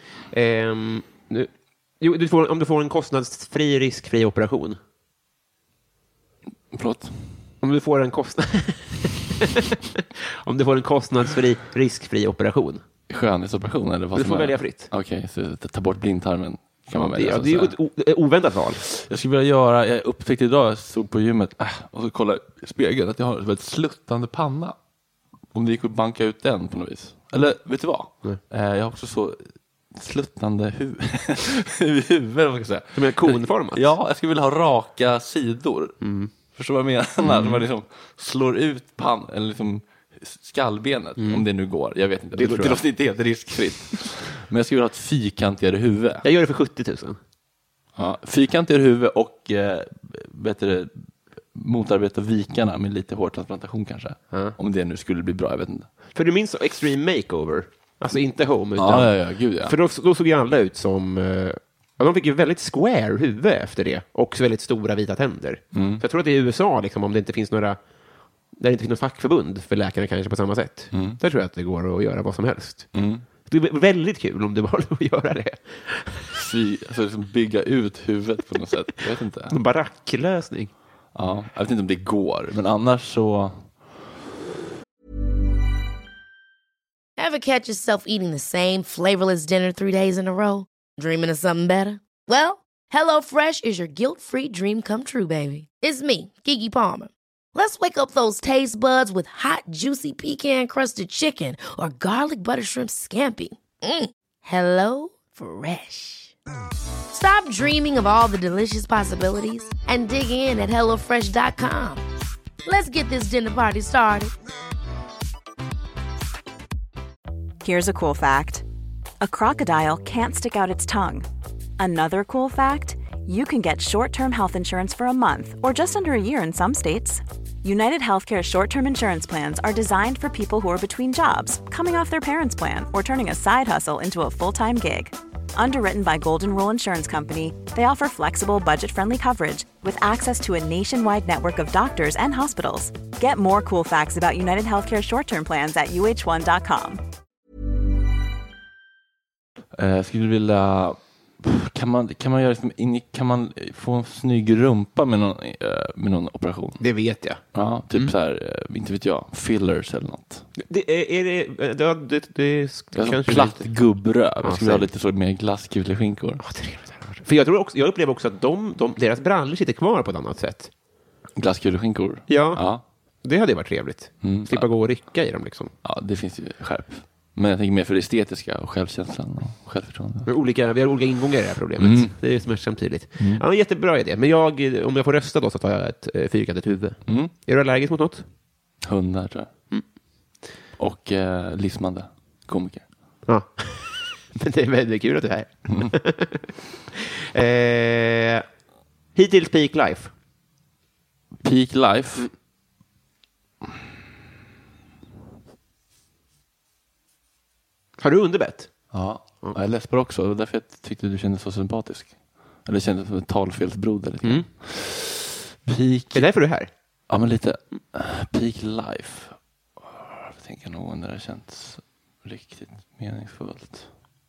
Om du får en kostnadsfri, riskfri operation. Förlåt? Om du får en kostnadsfri, riskfri operation. Skönhetsoperation eller vad du får välja fritt. Okej, så ta bort blindtarmen. Kan man välja, det är ju ett oväntat val. Jag skulle vilja jag upptäckte idag, jag stod på gymmet och så kollade i spegeln att jag har en väldigt sluttande panna. Om det gick att banka ut den på något vis. Eller, vet du vad? Jag har också så sluttande huvud, vad ska jag säga. Som är konformat? Ja, jag skulle vilja ha raka sidor. Förstår vad jag menar? Man liksom slår ut eller liksom skallbenet, om det nu går. Jag vet inte. Det låter inte helt riskfritt. Men jag skulle vilja ha ett fyrkantigare huvud. Jag gör det för 70 000. Ja, fyrkantigare huvud och motarbeta vikarna med lite hårtransplantation kanske. Om det nu skulle bli bra, jag vet inte. För du minns Extreme Makeover? Alltså inte Home utan... Ja, gud ja. För då såg ju alla ut som... de fick ju väldigt square huvud efter det. Och väldigt stora vita tänder. Så jag tror att det är i USA, liksom, om det inte finns några... Där det inte finns något fackförbund för läkarna kanske på samma sätt. Där tror jag att det går att göra vad som helst. Det är väldigt kul om du bara att göra det. Alltså liksom bygga ut huvudet på något sätt. Jag vet inte. En baracklösning. Ja, jag vet inte om det går. Men annars så... Ever catch yourself eating the same flavorless dinner 3 days in a row? Dreaming of something better? Well, HelloFresh is your guilt-free dream come true, baby. It's me, Keke Palmer. Let's wake up those taste buds with hot, juicy pecan-crusted chicken or garlic butter shrimp scampi. Hello Fresh. Stop dreaming of all the delicious possibilities and dig in at HelloFresh.com. Let's get this dinner party started. Here's a cool fact. A crocodile can't stick out its tongue. Another cool fact, you can get short-term health insurance for a month or just under a year in some states. United Healthcare short-term insurance plans are designed for people who are between jobs, coming off their parents' plan, or turning a side hustle into a full-time gig. Underwritten by Golden Rule Insurance Company, they offer flexible, budget-friendly coverage with access to a nationwide network of doctors and hospitals. Get more cool facts about United Healthcare short-term plans at uh1.com. Jag skulle vilja... Kan man göra kan man få en snygg rumpa med någon operation? Det vet jag. Ja, typ så här, inte vet jag, fillers eller något. Det kanske platt gubbröv. Jag skulle ha lite så mer glasskuleskinkor. För jag upplever också att deras brallor sitter kvar på ett annat sätt. Glasskuleskinkor? Ja. Det hade varit trevligt. Slippa gå och rycka i dem liksom. Ja, det finns ju skärp. Men jag tänker mer för det estetiska och självkänslan och självförtroende. Men vi har olika ingångar i det här problemet. Det är smärtsamt tydligt. Ja, jättebra idé. Men om jag får rösta då så tar jag ett fyrkantigt huvud. Är du allergisk mot något? Hundar, tror jag. Och livsmande komiker. Ja. Men det är väldigt kul att du är här. Hittills peak life. Peak life? Har du underbett? Ja, jag läspar också. Det var därför jag tyckte du kändes så sympatisk. Eller kändes som en talfelsbroder. Peak... Det är därför du är här? Ja, men lite peak life. Jag tänker nog när det känns riktigt meningsfullt.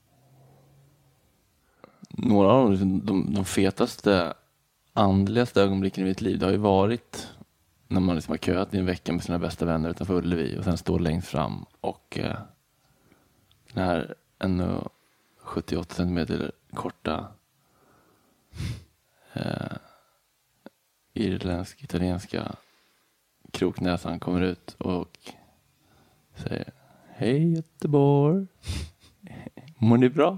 Några av de fetaste, andligaste ögonblicken i mitt liv, det har ju varit när man liksom har köat i en vecka med sina bästa vänner utanför Ullevi och sen står längst fram och den här ännu 78 centimeter korta italienska kroknäsan kommer ut och säger: hej Göteborg, mår ni bra?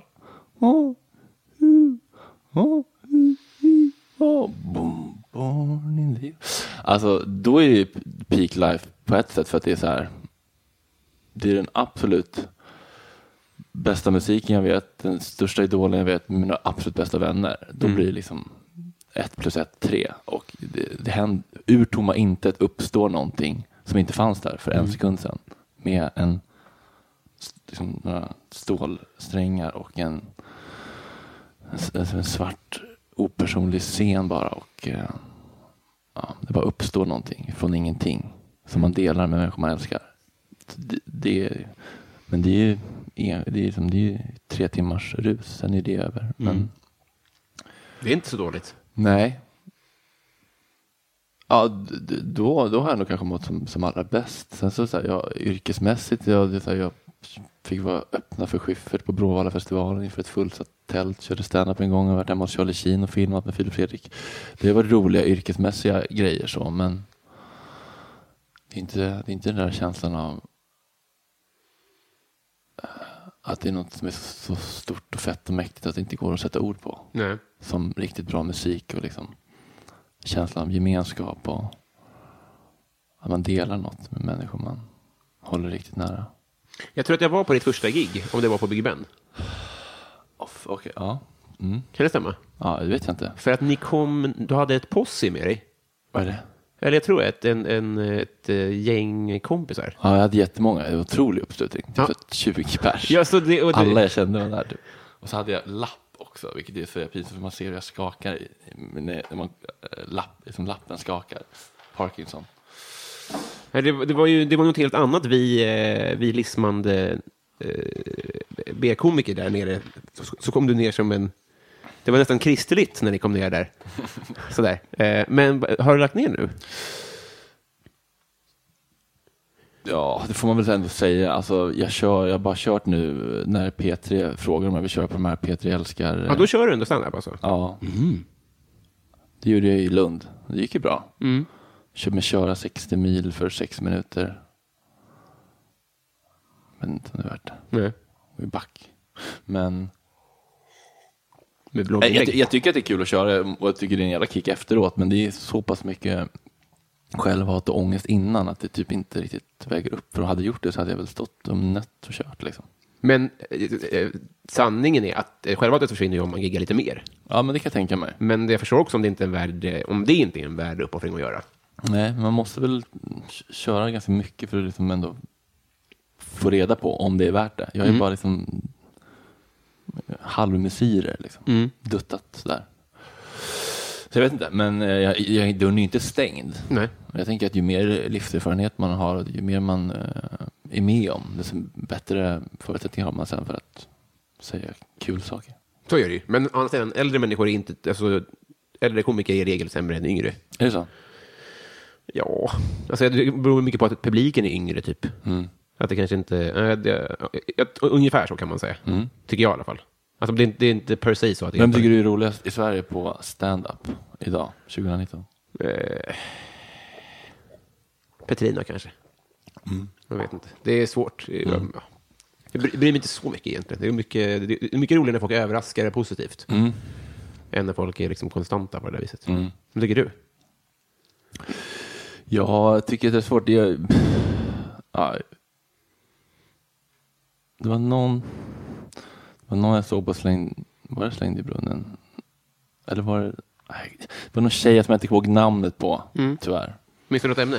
Born in the... Alltså då är det peak life på ett sätt, för att det är så här, det är den absolut bästa musiken jag vet, den största idolen jag vet, med mina absolut bästa vänner. Då blir det liksom 1 + 1 = 3 och det händer, ur tomma intet uppstår någonting som inte fanns där för en sekund sedan, med liksom några stålsträngar och en svart opersonlig scen bara, och det bara uppstår någonting från ingenting som man delar med människor man älskar. Men det är ju 3 timmars rus, sen är det över. Men det är inte så dåligt. Nej. Ja, då har jag nog kanske mått som allra bäst. Sen så här, yrkesmässigt, jag fick vara öppna för Schyffert på Bråvalla-festivalen inför ett fullsatt tält. Körde stand-up en gång och varit hemma hos Charlie Sheen och filmat med Filip Fredrik. Det var roliga yrkesmässiga grejer så, men det är inte den där känslan av att det är något som är så stort och fett och mäktigt att det inte går att sätta ord på. Nej. Som riktigt bra musik och liksom känslan av gemenskap och att man delar något med människor man håller riktigt nära. Jag tror att jag var på ditt första gig, om det var på Big Ben. Okej, ja. Kan det stämma? Ja, det vet jag inte. För att du hade ett posse med dig. Vad är det? Eller jag tror ett gäng kompisar. Ja, jag hade jättemånga. Det var otrolig uppslutning. Typ 20 pers. Ja, så alla jag kände var där. Typ. Och så hade jag lapp också, vilket är så pinsamt för man ser hur jag skakar när man liksom lappen skakar. Parkinson. Det var något helt annat. Vi lismande B-komiker där nere. Så kom du ner som en... Det var nästan kristeligt när ni kom ner där. Sådär. Men har du lagt ner nu? Ja, det får man väl ändå säga. Alltså, jag har bara kört nu när P3 frågar om jag vill köra på de här P3 älskar. Ja, då kör du ändå stand-up alltså? Ja. Det gjorde jag i Lund. Det gick ju bra. Köra 60 mil för 6 minuter. Men inte om det är värt det. Nej. Vi back. Men jag tycker att det är kul att köra och jag tycker det är en jävla kick efteråt, men det är så pass mycket självhat och ångest innan att det typ inte riktigt väger upp. För om jag hade gjort det så hade jag väl stått och nött och kört liksom. Men sanningen är att självhatet försvinner ju om man giggar lite mer. Ja, men det kan jag tänka mig. Men jag förstår också om det inte är en värd uppoffring att göra. Nej, man måste väl köra ganska mycket för att liksom ändå få reda på om det är värt det. Jag är bara liksom halvmesyrer liksom. Duttat sådär. Så jag vet inte, men dörren är inte stängd. Nej. Jag tänker att ju mer livserfarenhet man har och ju mer man är med om, desto bättre förutsättningar har man sen för att säga kul saker. Så gör det ju. Men å andra sidan, äldre människor är inte... Alltså, äldre komiker är i regel sämre än yngre. Är det så? Ja. Alltså, det beror mycket på att publiken är yngre, typ. Att det kanske inte... ungefär så kan man säga. Tycker jag i alla fall. Alltså, det är inte per se så att... Vem tycker du är roligast i Sverige på stand-up idag, 2019? Petrina kanske. Jag vet inte. Det är svårt. Jag bryr mig inte så mycket egentligen. Det är mycket roligare när folk överraskar det positivt. Än när folk är liksom konstanta på det där viset. Vad tycker du? Jag tycker det är svårt. Det var någon jag såg på slängd i brunnen. Eller var det var någon tjej som jag inte ihåg namnet på, tyvärr. Minns du något ämne?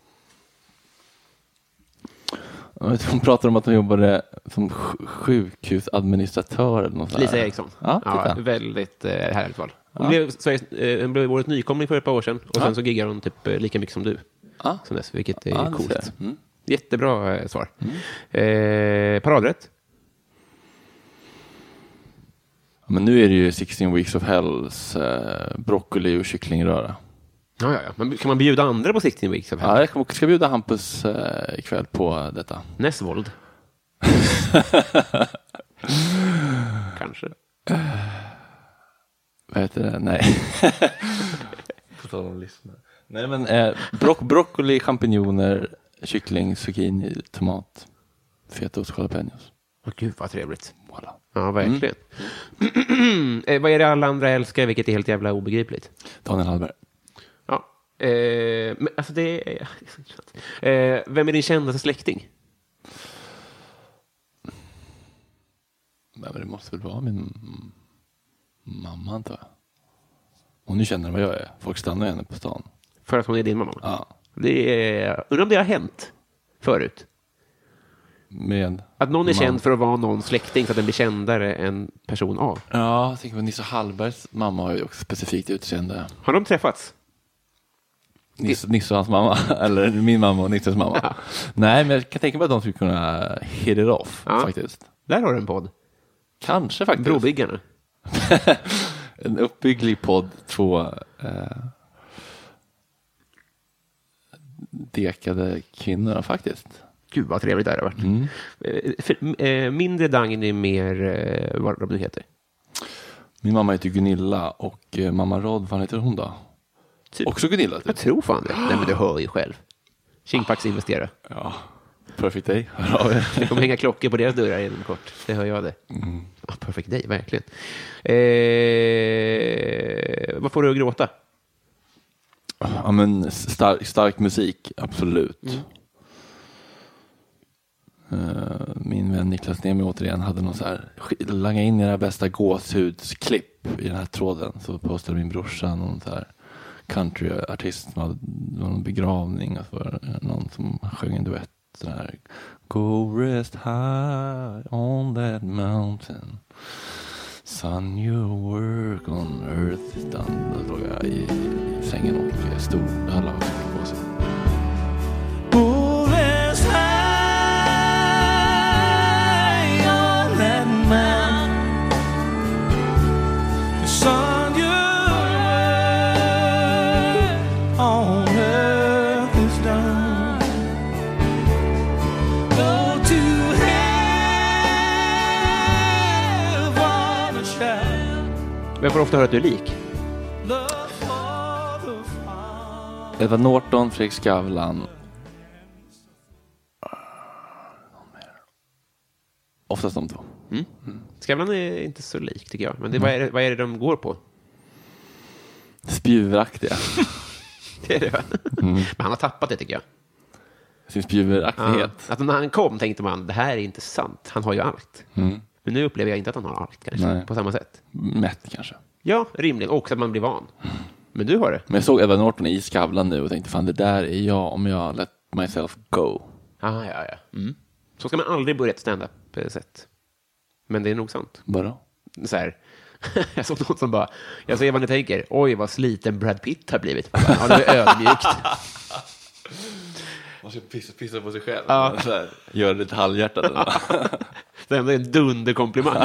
Hon pratade om att hon jobbade som sjukhusadministratör eller något. Lisa Eriksson. Ja, väldigt härligt val. Hon blev årets nykomling för ett par år sedan. Och sen så giggar hon typ lika mycket som du. Som dess, vilket är coolt. Jättebra svar. Paradrätt? Men nu är det ju 16 Weeks of Hells broccoli och kycklingröra. Ja. Men kan man bjuda andra på 16 Weeks of Hell? Ja, jag ska bjuda Hampus ikväll på detta. Näsvold? Kanske. Vad heter det? Nej. Nej, men broccoli, champinjoner, kyckling, zucchini, tomat, fetaost, jalapenos. Gud vad trevligt. Voilà. Ja, verkligen. Vad är det alla andra älskar, vilket är helt jävla obegripligt? Daniel Hallberg. Ja. Men alltså det är... vem är din kändaste släkting? Men det måste väl vara min mamma, antar jag. Hon är kändare än vad jag är. Folk stannar henne på stan. För att hon är din mamma? Ja. Undrar om det har hänt förut? Med att någon är känd för att vara någon släkting så att den blir kändare än person A. Ja, jag tänker på Nisse Hallbergs mamma har ju också specifikt utseende. Har de träffats? Nisse och hans mamma, eller min mamma och Nisses mamma. Ja. Nej, men jag kan tänka mig att de skulle kunna hit it off, faktiskt. Där har du en podd. Kanske faktiskt. Brobyggarna. En uppbygglig podd, 2 dekade kvinnor faktiskt. Gud vad trevligt det har varit. Mindre Dagny är mer vad de nu heter. Min mamma heter Gunilla och mamma Rod, vad heter hon då? Typ. Också Gunilla? Typ. Jag tror fan det. Nej, men du hör ju själv. Kingpax investera. Ja, perfect day. Det kommer hänga klockor på deras dörrar inom kort. Det hör jag det. Ja, perfect day, verkligen. Vad får du att gråta? Ja, men stark musik, absolut. Min vän Niklas Nemi återigen hade någon så här, langa in era bästa gåshudsklipp i den här tråden, så postade min brorsa någon så här countryartist som hade någon begravning och så var det någon som sjöng en duett så här, go rest high on that mountain, son, your work on earth is done. Då låg jag i sängen och stod alla och fick gåshud. Go rest high on that mountain, son, your work on earth is done. Go to heaven and shout. Vem får ofta höra att du är lik? Edward Norton, Fredrik Skavlan. Oftast de två. Skavlan är inte så lik tycker jag. Men vad är det de går på? Spjuveraktiga. Det är det va? Men han har tappat det tycker jag. Sin spjuveraktighet. Att när han kom tänkte man, det här är inte sant. Han har ju allt. Men nu upplever jag inte att han har allt kanske. På samma sätt. Mätt kanske. Ja, rimligen. Också att man blir van. Men du har det. Men jag såg Edward Norton i Skavlan nu och tänkte, fan det där är jag om jag let myself go. Ja. Så ska man aldrig börja ett stand-up-sätt. Men det är nog sant. Vadå? Så här. Jag såg någon som bara, jag ser vad ni tänker. Oj, vad sliten Brad Pitt har blivit. Ja, det är ödmjukt. Man ska pissa på sig själv. Ja. Så här, gör det lite halvhjärtat. Det är en dunderkomplimang.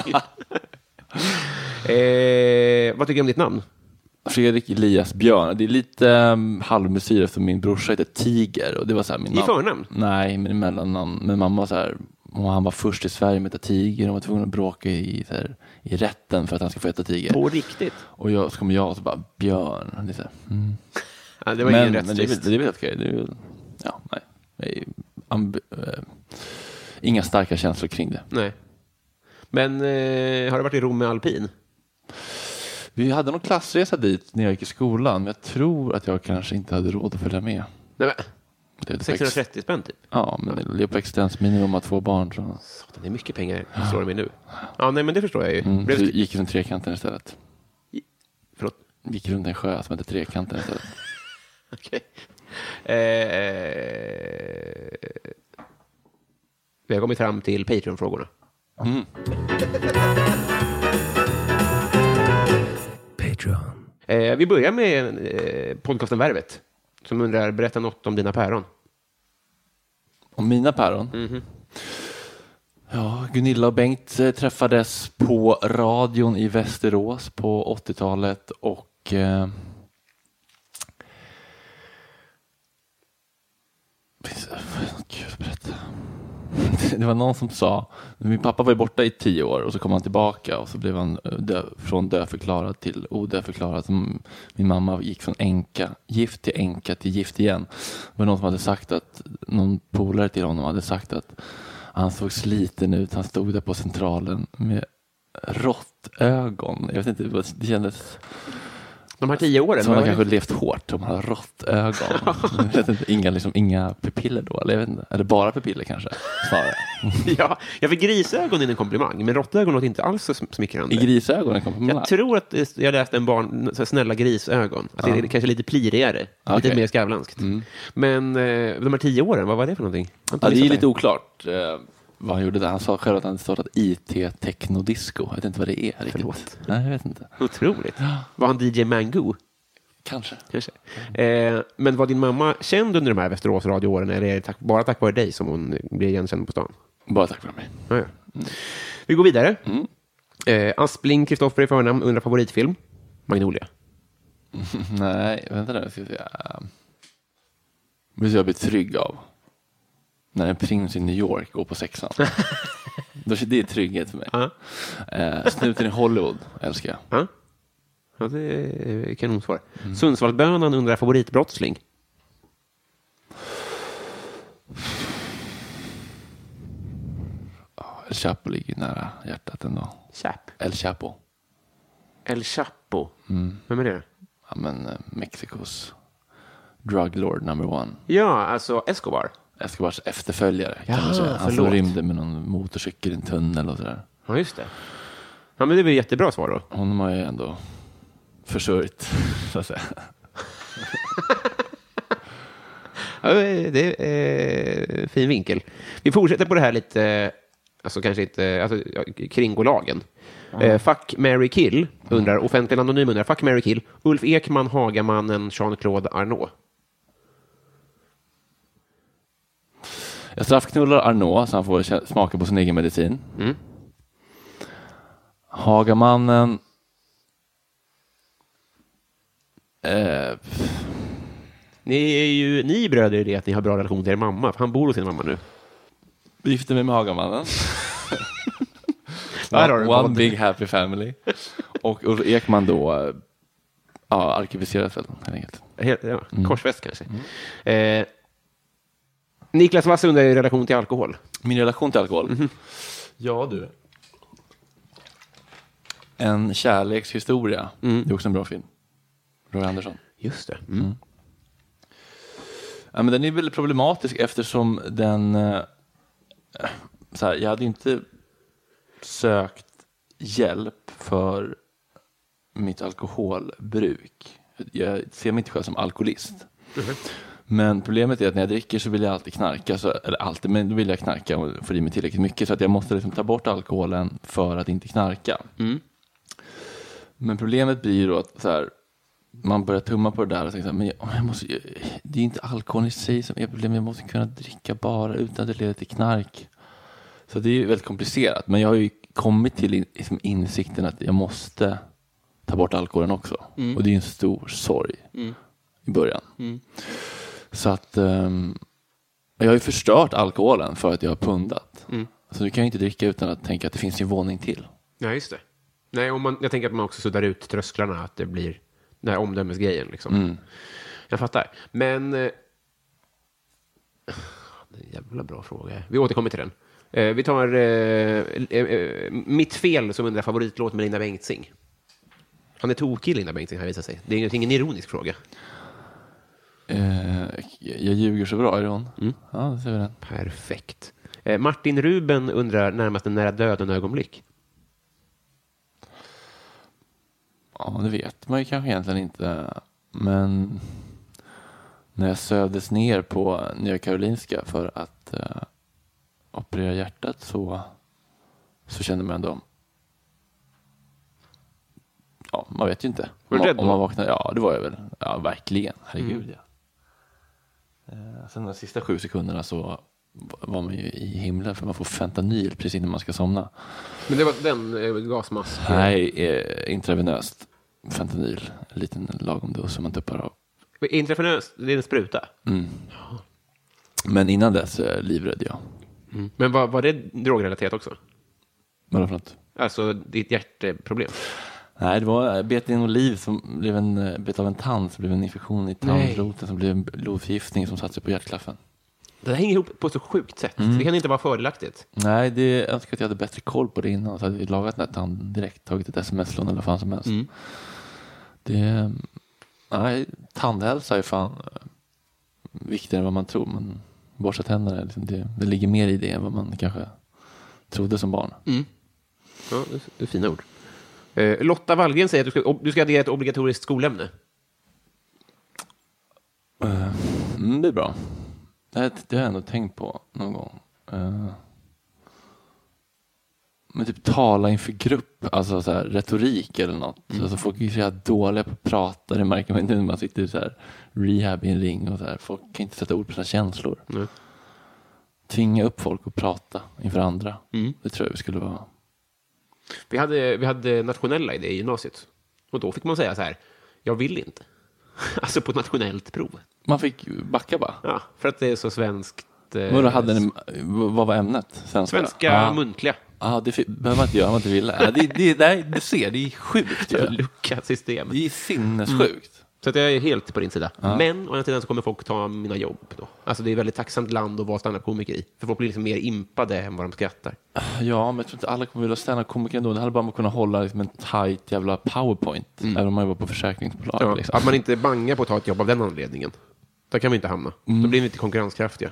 Vad tycker du om ditt namn? Fredrik Elias Björn. Det är lite halvmesyr efter min brorsa heter Tiger. Och det var så här, min I förnamn? Nej, men mellannamn. Men mamma var så här, och han var först i Sverige med att heta Tiger. De var tvungna att bråka i rätten för att han ska få heta Tiger. På riktigt? Och så kommer jag och så bara Björn. Det är så här, Ja, det var ingen rättstvist. Men det är väl okej. Det är väl, ja, nej. inga starka känslor kring det. Nej. Men har du varit i Rom med alpin? Vi hade någon klassresa dit när jag gick i skolan, men jag tror att jag kanske inte hade råd att följa med. Nej, men 630 spänn typ? Ja, men det är på existensminimum av 2 barn. Så. Det är mycket pengar, slår det mig nu. Ja, nej, men det förstår jag ju. Så gick runt Trekanten istället. Förlåt? Gick runt en sjö som heter Trekanten istället. Okej. Vi har kommit fram till Patreon-frågorna. Patreon. Vi börjar med podcasten Värvet, som undrar, berätta något om dina päron. Om mina päron? Ja, Gunilla och Bengt träffades på radion i Västerås på 80-talet och det var någon som sa, min pappa var ju borta i 10 år och så kom han tillbaka och så blev han från dödförklarad till odödförklarad. Min mamma gick från gift till gift igen. Det var någon som hade sagt att, någon polare till honom hade sagt att han såg sliten ut, han stod där på Centralen med råttögon. Jag vet inte, det kändes... De här 10 åren? Så man kanske levt hårt, de har råttögon. Inga pupiller då, eller jag vet inte. Eller bara pupiller kanske, snarare. Ja, för grisögon är en komplimang, men råttögon låter inte alls så smickrande. I grisögon är en komplimang? Jag tror att jag läste så snälla grisögon. Att det är kanske lite plirigare, lite mer skavlanskt. Men de här 10 åren, vad var det för någonting? Ja, det är lite oklart vad han gjorde där. Han sa själv att han startat IT-technodisco. Jag vet inte vad det är riktigt. Förlåt. Nej, jag vet inte. Otroligt. Var han DJ Mango? Kanske. Men var din mamma känd under de här Västerås radioåren, eller är det bara tack vare dig som hon blev igenkänd på stan? Bara tack vare mig. Ja. Vi går vidare. Aspling Kristoffer i förnamn, undrar favoritfilm? Magnolia. Nej, vänta nu. Vill jag bli trygg av? När en prins i New York går på 6:an. Det är trygghet för mig. Snuten i Hollywood älskar jag. Ja, det är kanonsvar. Sundsvallsbönan undrar favoritbrottsling. El Chapo ligger nära hjärtat ändå. El Chapo. El Chapo. Vem är det? Ja, men Mexikos drug lord number 1. Ja, alltså Escobars efterföljare kan man säga. Han som rymde med någon motorcykel i en tunnel och sådär. Ja, just det. Ja, men det är väl jättebra svar då. Honom har ju ändå försörjt, så att säga. Ja, det är fin vinkel. Vi fortsätter på det här lite, alltså kanske inte, kringgålagen. Fuck, Mary Kill undrar, offentlig anonym undrar, fuck, Mary Kill, Ulf Ekman, Hagamannen, Jean-Claude Arnault. Jag straffknullar Arnault så han får smaka på sin egen medicin. Hagamannen Ni bröder är det att ni har bra relation till er mamma, för han bor hos sin mamma nu. Gifte mig med Hagamannen. One big happy family. Och Ulf Ekman då arkiviseras väl helt enkelt. Korsfäst kanske. Niklas Wass undrar i relation till alkohol. Min relation till alkohol? Ja, du. En kärlekshistoria. Det är också en bra film. Roy Andersson. Just det. Ja, men den är väldigt problematisk eftersom den... jag hade inte sökt hjälp för mitt alkoholbruk. Jag ser mig inte själv som alkoholist. Men problemet är att när jag dricker så vill jag alltid knarka. Eller alltid, men då vill jag knarka och få i mig tillräckligt mycket. Så att jag måste liksom ta bort alkoholen för att inte knarka. Men problemet blir ju då att man börjar tumma på det där och tänker men det är inte alkoholen i sig som är problemet. Jag måste kunna dricka bara utan att det leder till knark. Så det är ju väldigt komplicerat. Men jag har ju kommit till insikten att jag måste ta bort alkoholen också. Och det är en stor sorg i början. Så att jag har ju förstört alkoholen för att jag har pundat. Så du kan ju inte dricka utan att tänka att det finns en våning till. Ja, just det. Nej, jag tänker att man också suddar ut trösklarna, att det blir den här omdömesgrejen liksom. Jag fattar. Men det är en jävla bra fråga. Vi återkommer till den. Vi tar Mitt fel som undrar favoritlåt med Linda Bengtzing. Han är tokig, Linda Bengtzing, har visat sig. Det är ingen ironisk fråga. Jag ljuger så bra, är det hon? Ja, det ser vi den. Perfekt. Martin Ruben undrar närmast en nära döden ögonblick. Ja, det vet man ju kanske egentligen inte. Men när jag sövdes ner på Nya Karolinska för att operera hjärtat så kände man ändå... Ja, man vet ju inte. Var du rädd om man vaknar, ja, det var jag väl. Ja, verkligen. Herregud, ja. Sen de sista 7 sekunderna så var man ju i himlen för man får fentanyl precis innan man ska somna. Men det var den gasmask? Nej, intravenöst fentanyl. En liten lagom dos som man tuppar av. Intravenöst, det är en spruta? Men innan dess livrädd jag. Men var det drogrelaterat också? Vadå för något? Alltså ditt hjärtproblem? Nej, det var Betin Oliv som blev bet av en tand, som blev en infektion i tandroten, som blev en blodförgiftning som satte sig på hjärtklaffen. Det hänger ihop på så sjukt sätt. Det kan inte vara fördelaktigt. Nej, jag önskar att jag hade bättre koll på det innan, så hade vi lagat den här tanden direkt, tagit ett sms-lån eller vad fan som helst. Nej, tandhälsa är fan viktigare än vad man tror. Man borstar tänderna, liksom det ligger mer i det än vad man kanske trodde som barn. Ja, det är fina ord. Lotta Wallgren säger att du ska addera ett obligatoriskt skolämne. Det är bra. Det har jag ändå tänkt på någon gång. Men typ tala inför grupp, alltså så här, retorik eller något. Alltså folk är så här dåliga på att prata, det märker man nu när man sitter så här rehab i en ring och så här. Folk kan inte sätta ord på sina känslor. Tvinga upp folk att prata inför andra. Det tror jag vi skulle vara. Vi hade nationella i det i gymnasiet. Och då fick man säga så här: jag vill inte. Alltså på nationellt prov. Man fick backa bara. Ja, för att det är så svenskt. Vad var ämnet? Svenska muntliga. Ja, det behöver man inte göra om man inte vill. Du ser, det är sjukt. Ja. Luckat system. Det är sinnessjukt. Så att jag är helt på din sida. Men å andra sidan så kommer folk ta mina jobb då. Alltså det är väldigt tacksamt land att vara stand-up-komiker i. För folk blir liksom mer impade än vad de skrattar. Ja, men jag tror inte alla kommer vilja stand-up-komiker ändå. Det hade bara man kunna hålla liksom en tight jävla powerpoint. Även om man var på försäkringsbolag. Ja, liksom. att man inte bangar på att ta ett jobb av den anledningen. Där kan vi inte hamna. Då blir vi inte konkurrenskraftiga.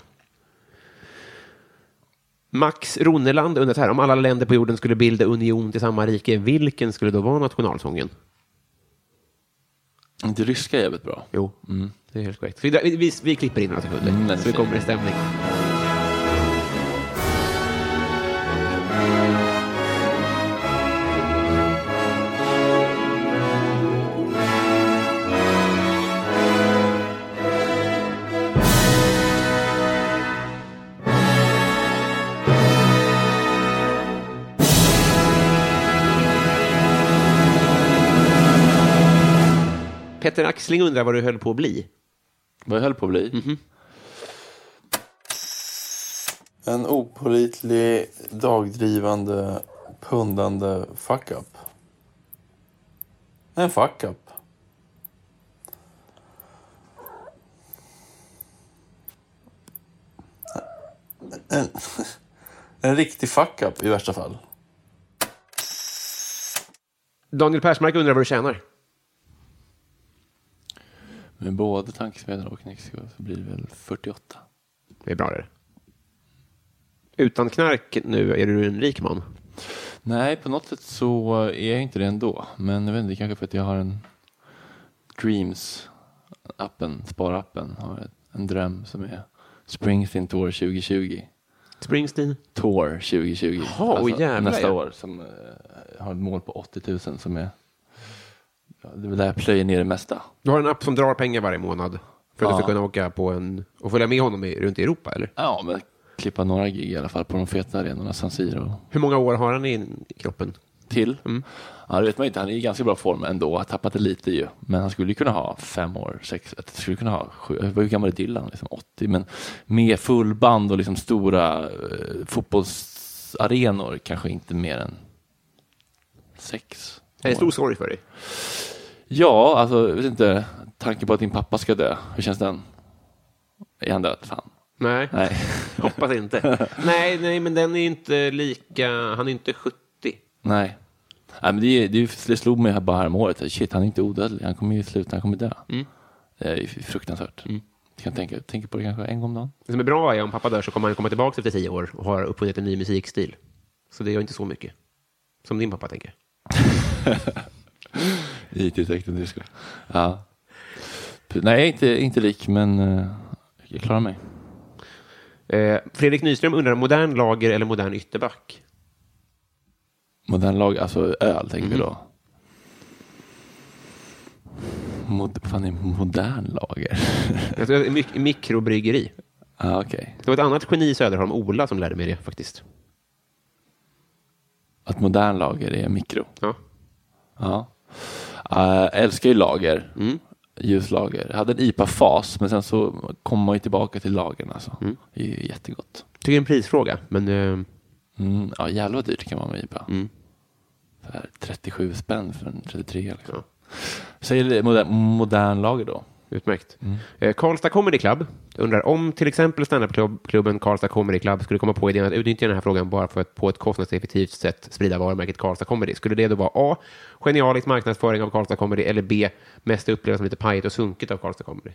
Max Roneland undrar här: om alla länder på jorden skulle bilda union till samma rike, vilken skulle då vara nationalsången? Det ryska är jävligt bra. Jo, det är helt korrekt. Vi klipper in några sekunder så vi kommer i stämning. Peter Axling undrar vad du höll på att bli. Vad jag höll på att bli? En opålitlig, dagdrivande, pundande fuck-up. En fuck-up. En riktig fuck-up i värsta fall. Daniel Persmark undrar vad du tjänar. Med både tankesmedel och knäckskål så blir det väl 48. Det är bra det. Utan knark nu, är du en rik man? Nej, på något sätt så är jag inte det ändå. Men jag vet inte, kanske för att jag har en Dreams-appen, sparappen, har en dröm som är Springsteen Tour 2020. Springsteen? Tour 2020. Jävlar, nästa år som har ett mål på 80 000 som är... Det är väl där jag plöjer ner det mesta. Du har en app som drar pengar varje månad för att du ska kunna åka på och följa med honom runt i Europa, eller? Ja, men klippa några gig i alla fall på de feta arenorna, San Siro. Hur många år har han i kroppen? Till? Ja, det vet man inte. Han är i ganska bra form ändå. Har tappat det lite ju. Men han skulle ju kunna ha 5 år, 6. Det skulle kunna ha 7. Vad hur gammal är Dylan? Liksom 80. Men med fullband och liksom stora fotbollsarenor kanske inte mer än 6. Är det stor sorg för dig? Ja, alltså jag vet inte. Tanken på att din pappa ska dö. Hur känns den? Är han död? Fan. Nej. Hoppas inte. Nej, men den är inte lika... Han är inte 70. Nej. Nej, men det slog mig bara här om året. Shit, han är inte odödlig. Han kommer ju sluta, han kommer dö. Det är fruktansvärt. Jag kan tänka på det kanske en gång om dagen. Det som är bra är om pappa dör så kommer han komma tillbaka efter 10 år och har uppfunnit en ny musikstil. Så det gör inte så mycket. Som din pappa tänker. Ja. Nej, inte lik, men jag klarar mig. Fredrik Nyström undrar, modern lager eller modern ytterback? Modern lager, alltså öl tänker vi då. Fan är modern lager? Mikrobryggeri. Okay. Det var ett annat geni i Söderholm, Ola, som lärde mig det faktiskt. Att modern lager är mikro? Ja. Älskar ju lager. Ljuslager. Jag hade en IPA-fas, men sen så kom man ju tillbaka till lagern. Alltså. Det är ju jättegott. Tycker det är en prisfråga, men... Ja, jävla dyrt kan man med IPA. 37 spänn för en 33. Liksom. Ja. Säger det modern lager då? Utmärkt. Karlstad Comedy Club undrar om till exempel stand-up-klubben Karlstad Comedy Club skulle komma på idén att utnyttja den här frågan bara för att på ett kostnadseffektivt sätt sprida varumärket Karlstad Comedy. Skulle det då vara A. Genialisk marknadsföring av Karlstad Comedy eller B. Mest upplevas som lite pajigt och sunkigt av Karlstad Comedy?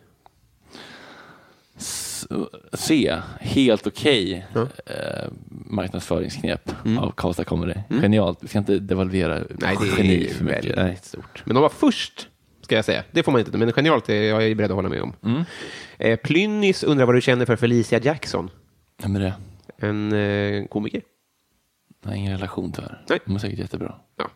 C. Helt okej marknadsföringsknep av Karlstad Comedy. Genialt. Vi ska inte devalvera geni för mycket. Nej. Stort. Men de var först, ska jag säga. Det får man inte, men genialt är jag beredd att hålla med om. Plynnis undrar vad du känner för Felicia Jackson. Vem är det? En komiker. Nej, ingen relation tyvärr. Nej. De är säkert jättebra. Ja.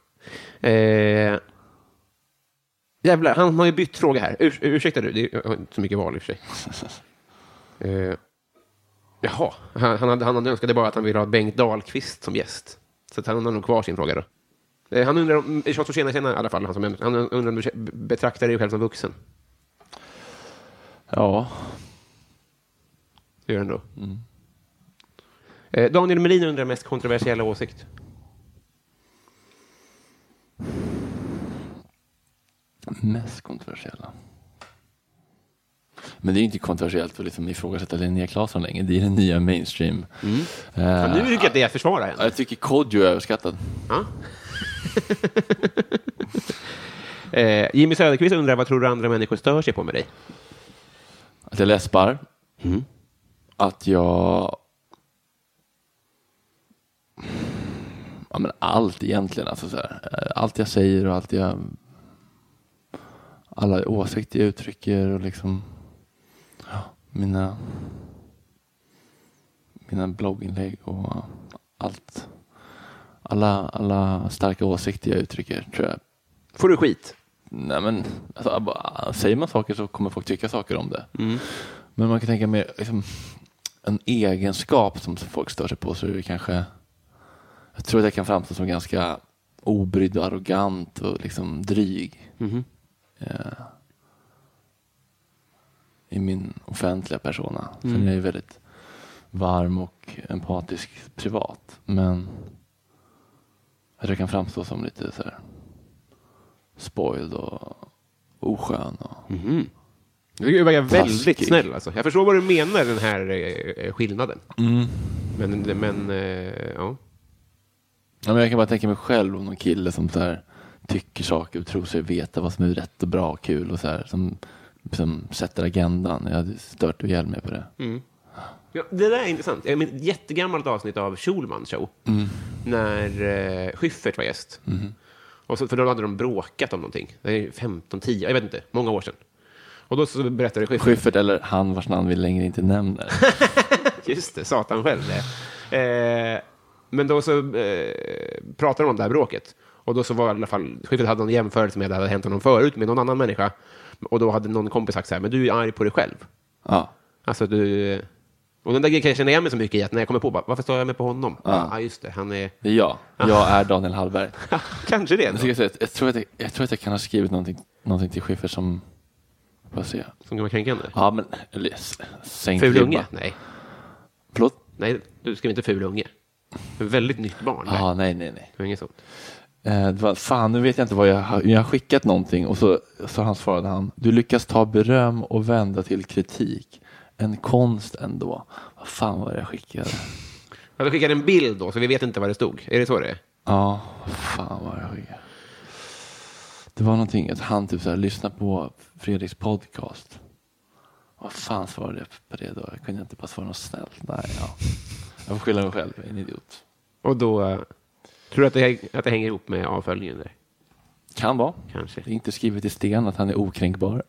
Jävlar, han har ju bytt fråga här. Ursäkta du, det är inte så mycket val i och för sig. Jaha, han önskade bara att han ville ha Bengt Dahlqvist som gäst. Så att han har nog kvar sin fråga då. Han undrar om, jag så känner i alla fall, han undrar om du betraktar dig själv som vuxen. Ja. Det gör han då. Daniel Melin undrar mest kontroversiella åsikt. Mest kontroversiella. Men det är inte kontroversiellt att liksom ifrågasätta Linnea Claesson längre. Det är den nya mainstream. Nu tycker jag att det är att försvara henne. Jag tycker Kodjo är överskattad. Ja. Jimmy Söderqvist undrar, vad tror du andra människor stör sig på med dig? Att jag läspar. Att jag... Ja, men allt egentligen. Alltså så här. Allt jag säger och allt jag... Alla åsikter jag uttrycker och liksom... Mina blogginlägg och allt. Alla starka åsikter jag uttrycker, tror jag. Får du skit? Nej, men alltså, säger man saker så kommer folk tycka saker om det. Men man kan tänka mer liksom, en egenskap som folk stör sig på, så är det kanske, jag tror att jag kan framstå som ganska obrydd och arrogant och liksom dryg. I min offentliga persona. Sen är jag väldigt varm och empatisk privat. Men jag kan framstå som lite så här spoiled och oskön. Och du var väldigt snäll alltså. Jag förstår vad du menar, den här skillnaden. Men ja. Ja, men jag kan bara tänka mig själv om någon kille som så här tycker saker och tror sig veta vad som är rätt och bra och kul och så här, som sätter agendan. Jag hade stört ihjäl mig på det. Ja, det där är intressant. Jag menar, ett jättegammalt avsnitt av Schulman show när Schyffert var gäst. Och så, för då hade de bråkat om någonting. Det är 15-10, jag vet inte, många år sedan. Och då så berättade Schyffert eller han vars namn vi längre inte nämner. Just det, satan själv det. Men då så pratade de om det här bråket. Och då så var i alla fall, Schyffert hade någon jämförelse med att det hade hänt honom förut med någon annan människa. Och då hade någon kompis sagt så här, men du är arg på dig själv. Ja. Alltså du... Och den där grejen kan jag känna igen mig så mycket i att när jag kommer på, bara, varför står jag med på honom? Ja, just det, han är... Det är jag. Jag är Daniel Hallberg. Kanske det. Jag tror att jag kan ha skrivit någonting till Schyffert som... Vad säger jag? Som kan vara kränkande? Ja, men... Ful unge? Nej. Förlåt? Nej, du skriver inte ful unge. En väldigt nytt barn. Ja, nej. Det var inget sånt. Fan, nu vet jag inte vad jag har skickat någonting och så han svarade han: du lyckas ta beröm och vända till kritik. En konst ändå. Fan vad jag skickade. Du skickade en bild då, så vi vet inte vad det stod. Är det så det är? Ja, fan vad jag skickade. Det var någonting att han typ så här lyssnade på Fredriks podcast. Vad fan svarade jag på det då? Jag kunde inte bara svara något snällt. Nej, ja. Jag får skylla mig själv, en idiot. Och då tror du att det hänger ihop med avföljningen där? Kan vara. Kanske. Det är inte skrivet i sten att han är okränkbar.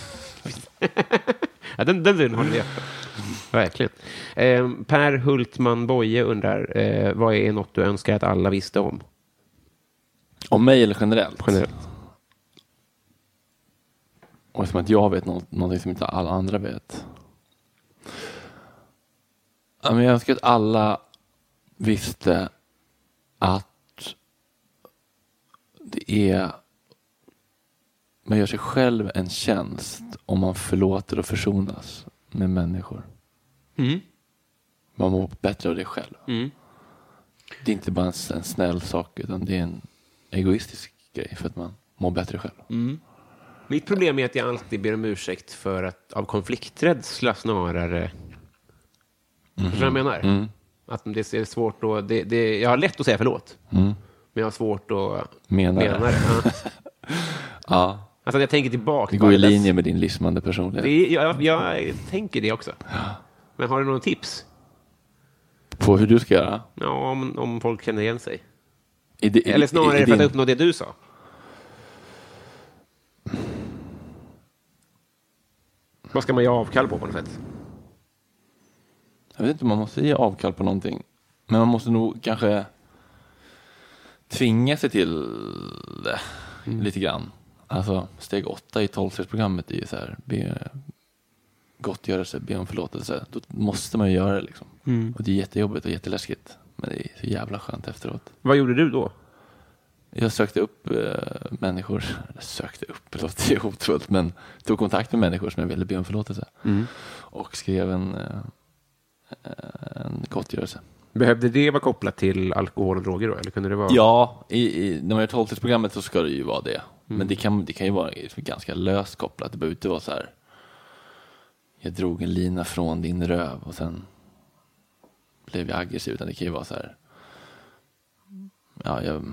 Ja, den håller jag på. Verkligen. Per Hultman Boye undrar, vad är något du önskar att alla visste om? Om mig eller generellt? Generellt. Och som att jag vet någonting som inte alla andra vet. Ja, men jag önskar att alla visste att det är... Man gör sig själv en tjänst om man förlåter och försonas med människor. Mm. Man mår bättre av det själv. Mm. Det är inte bara en snäll sak, utan det är en egoistisk grej för att man mår bättre själv. Mm. Mitt problem är att jag alltid ber om ursäkt för att av konflikträdsla snarare. Förstår du vad jag menar? Mm. Att det är svårt att... jag har lätt att säga förlåt. Mm. Men jag har svårt att Mena det. Ja. Ja. Alltså jag tänker tillbaka. Det går i linje med din livsmande personlighet. Jag tänker det också. Men har du någon tips? På hur du ska göra? Ja, om folk känner igen sig. Eller snarare för att uppnå det du sa. Vad ska man göra avkall på något sätt? Jag vet inte om man måste ge avkall på någonting. Men man måste nog kanske tvinga sig till det lite grann. Alltså steg 8 i 12-stegsprogrammet är ju så här, gottgörelse, be om förlåtelse. Då måste man ju göra det liksom. Och det är jättejobbigt och jätteläskigt. Men det är så jävla skönt efteråt. Vad gjorde du då? Jag sökte upp människor. Sökte upp, det låter ju hotfullt. Men tog kontakt med människor som jag ville be om förlåtelse. Och skrev en gottgörelse. Behövde det vara kopplat till alkohol och droger då? Eller kunde det vara... Ja, när man gör 12-stegsprogrammet så ska det ju vara det. Men det kan ju vara ganska löst kopplat. Det behöver inte vara så här: jag drog en lina från din röv och sen blev jag aggressiv. Utan det kan ju vara så här: ja, jag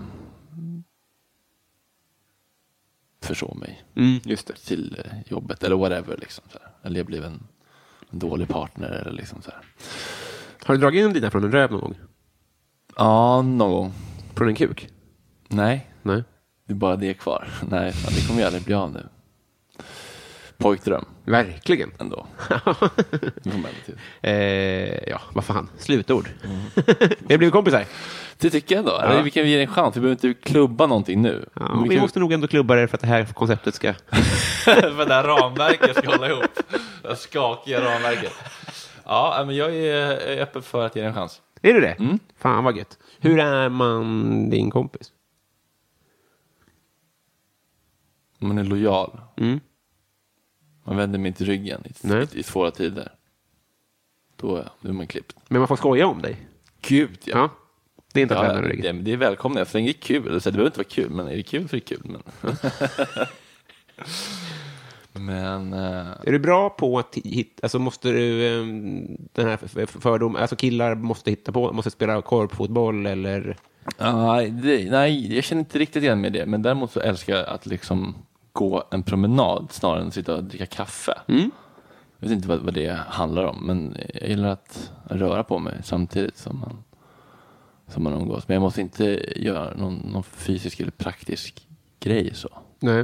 försåg mig just det. till jobbet eller whatever liksom, så här. Eller jag blev en dålig partner eller liksom så här. Har du dragit en lina från en röv någon gång? Ja, någon gång. Från en kuk? Nej. Nej. Det är bara det kvar. Nej, fan, det kommer jag aldrig bli av nu. Pojkdröm. Verkligen. Ändå. Ja, vad fan. Slutord. Vi blir kompisar. Det tycker jag då. Ja. Vi kan ge en chans. Vi behöver inte klubba någonting nu. Ja, vi måste nog ändå klubba det för att det här konceptet ska... för det här ramverket ska hålla ihop. Det här skakiga ramverket. Ja, men jag är öppen för att ge en chans. Är du det? Fan vad gött. Hur är man din kompis? Man är lojal. Man vänder mig inte ryggen i svåra tider. Då är man klippt. Men man får skoja om dig? Gud, ja. Det är inte att vända ryggen. Det är välkomna. Så länge det är kul. Så det behöver inte vara kul, men är det kul så är det kul. Men är du bra på att hitta, alltså måste du den här fördom, alltså killar måste spela korpfotboll eller? Nej, jag känner inte riktigt igen med det, men däremot så älskar jag att liksom gå en promenad snarare än att sitta och dricka kaffe. Jag vet inte vad det handlar om, men jag gillar att röra på mig samtidigt som man umgås. Men jag måste inte göra någon fysisk eller praktisk grej så. Nej.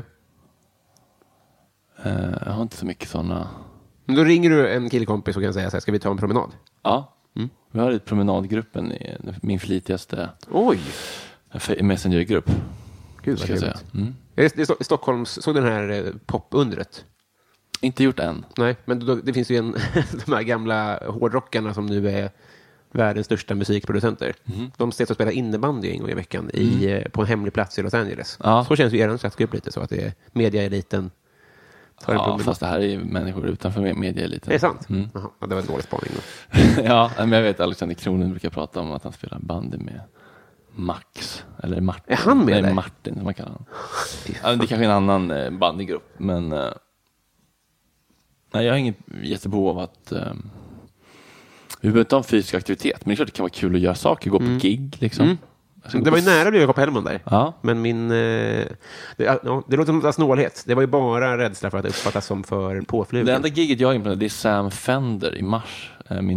Jag har inte så mycket sådana. Men då ringer du en killkompis och kan säga så här: ska vi ta en promenad? Ja. Vi har ett promenadgruppen i min flitigaste messengergrupp. Gud vad trevligt. Det är Stockholms, såg den här popundret? Inte gjort än. Nej, men det finns ju de här gamla hårdrockarna som nu är världens största musikproducenter. De ses och spelar innebandy en gång i veckan på en hemlig plats i Los Angeles. Ja. Så känns ju er chattgrupp lite så att det är mediaeliten. Ja, fast det här är ju människor utanför mediaeliten. Det är sant? Jaha, det var en dålig spaning då. Ja, men jag vet Alexander Kronen brukar prata om att han spelar bandy med Max. Eller Martin. Är han med? Nej, Martin som man kallar honom. Ja, det är kanske en annan bandygrupp. Men nej, jag har inget jättebehov av att Vi behöver inte ha en fysisk aktivitet, men det är klart det kan vara kul att göra saker, gå på gig liksom. Det var ju nära att bli Jakob Hellman där. Ja. Men det låter som en snålhet. Det var ju bara rädsla för att uppfattas som för påflugen. Det enda giget jag är implementerad, det är Sam Fender i mars.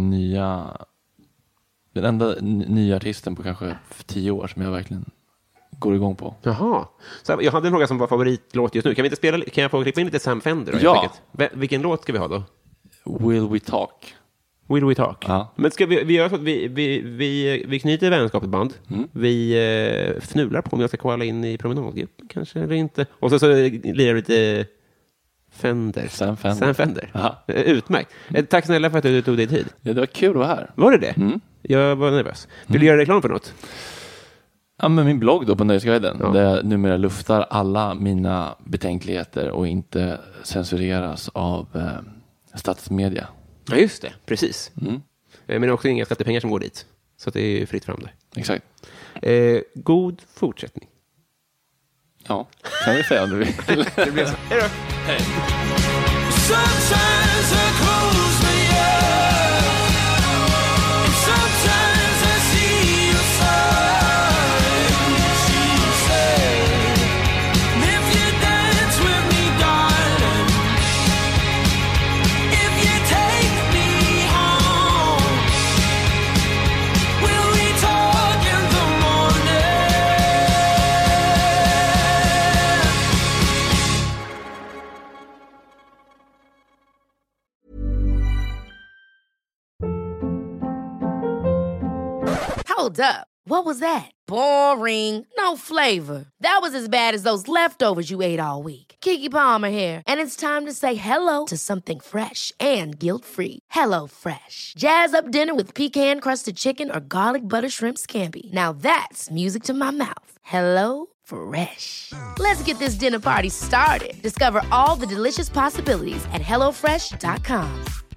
Den enda nya artisten på kanske 10 år som jag verkligen går igång på. Jaha. Så jag hade en fråga som var favoritlåt just nu. Kan jag få klippa in lite Sam Fender då? Ja. Vilken låt ska vi ha då? Will We Talk. Will We Talk? Ja. Men ska vi göra så att vi knyter vänskapet band. Vi fnular på om jag ska kvala in i promenadgrupp kanske eller inte. Och så lirar vi lite Fender. Sam Fender. Ja. Utmärkt. Tack snälla för att du tog dig tid. Ja, det var kul att vara här. Var det? Jag var nervös. Vill du göra reklam för något? Ja, men min blogg då på Nöjesguiden, där jag numera luftar alla mina betänkligheter och inte censureras av statsmedia. Ja, just det. Precis. Men det är också inga skattepengar som går dit. Så det är fritt fram där. Exakt. God fortsättning. Ja, kan vi säga om du vill. Det blir så. Hej då! Hej. Sometimes I close my eyes, and sometimes I see your sign. She said, if you dance with me, darling, if you take me home, will we talk in the morning? Hold up. What was that? Boring. No flavor. That was as bad as those leftovers you ate all week. Keke Palmer here, and it's time to say hello to something fresh and guilt-free. Hello Fresh. Jazz up dinner with pecan-crusted chicken or garlic butter shrimp scampi. Now that's music to my mouth. Hello Fresh. Let's get this dinner party started. Discover all the delicious possibilities at hellofresh.com.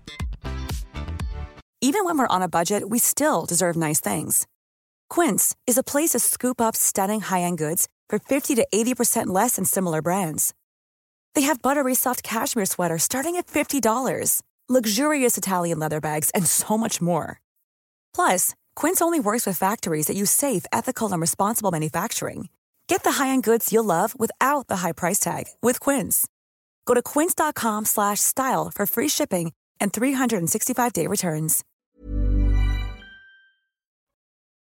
Even when we're on a budget, we still deserve nice things. Quince is a place to scoop up stunning high-end goods for 50 to 80% less than similar brands. They have buttery soft cashmere sweaters starting at $50, luxurious Italian leather bags, and so much more. Plus, Quince only works with factories that use safe, ethical, and responsible manufacturing. Get the high-end goods you'll love without the high price tag with Quince. Go to quince.com/style for free shipping and 365-day returns.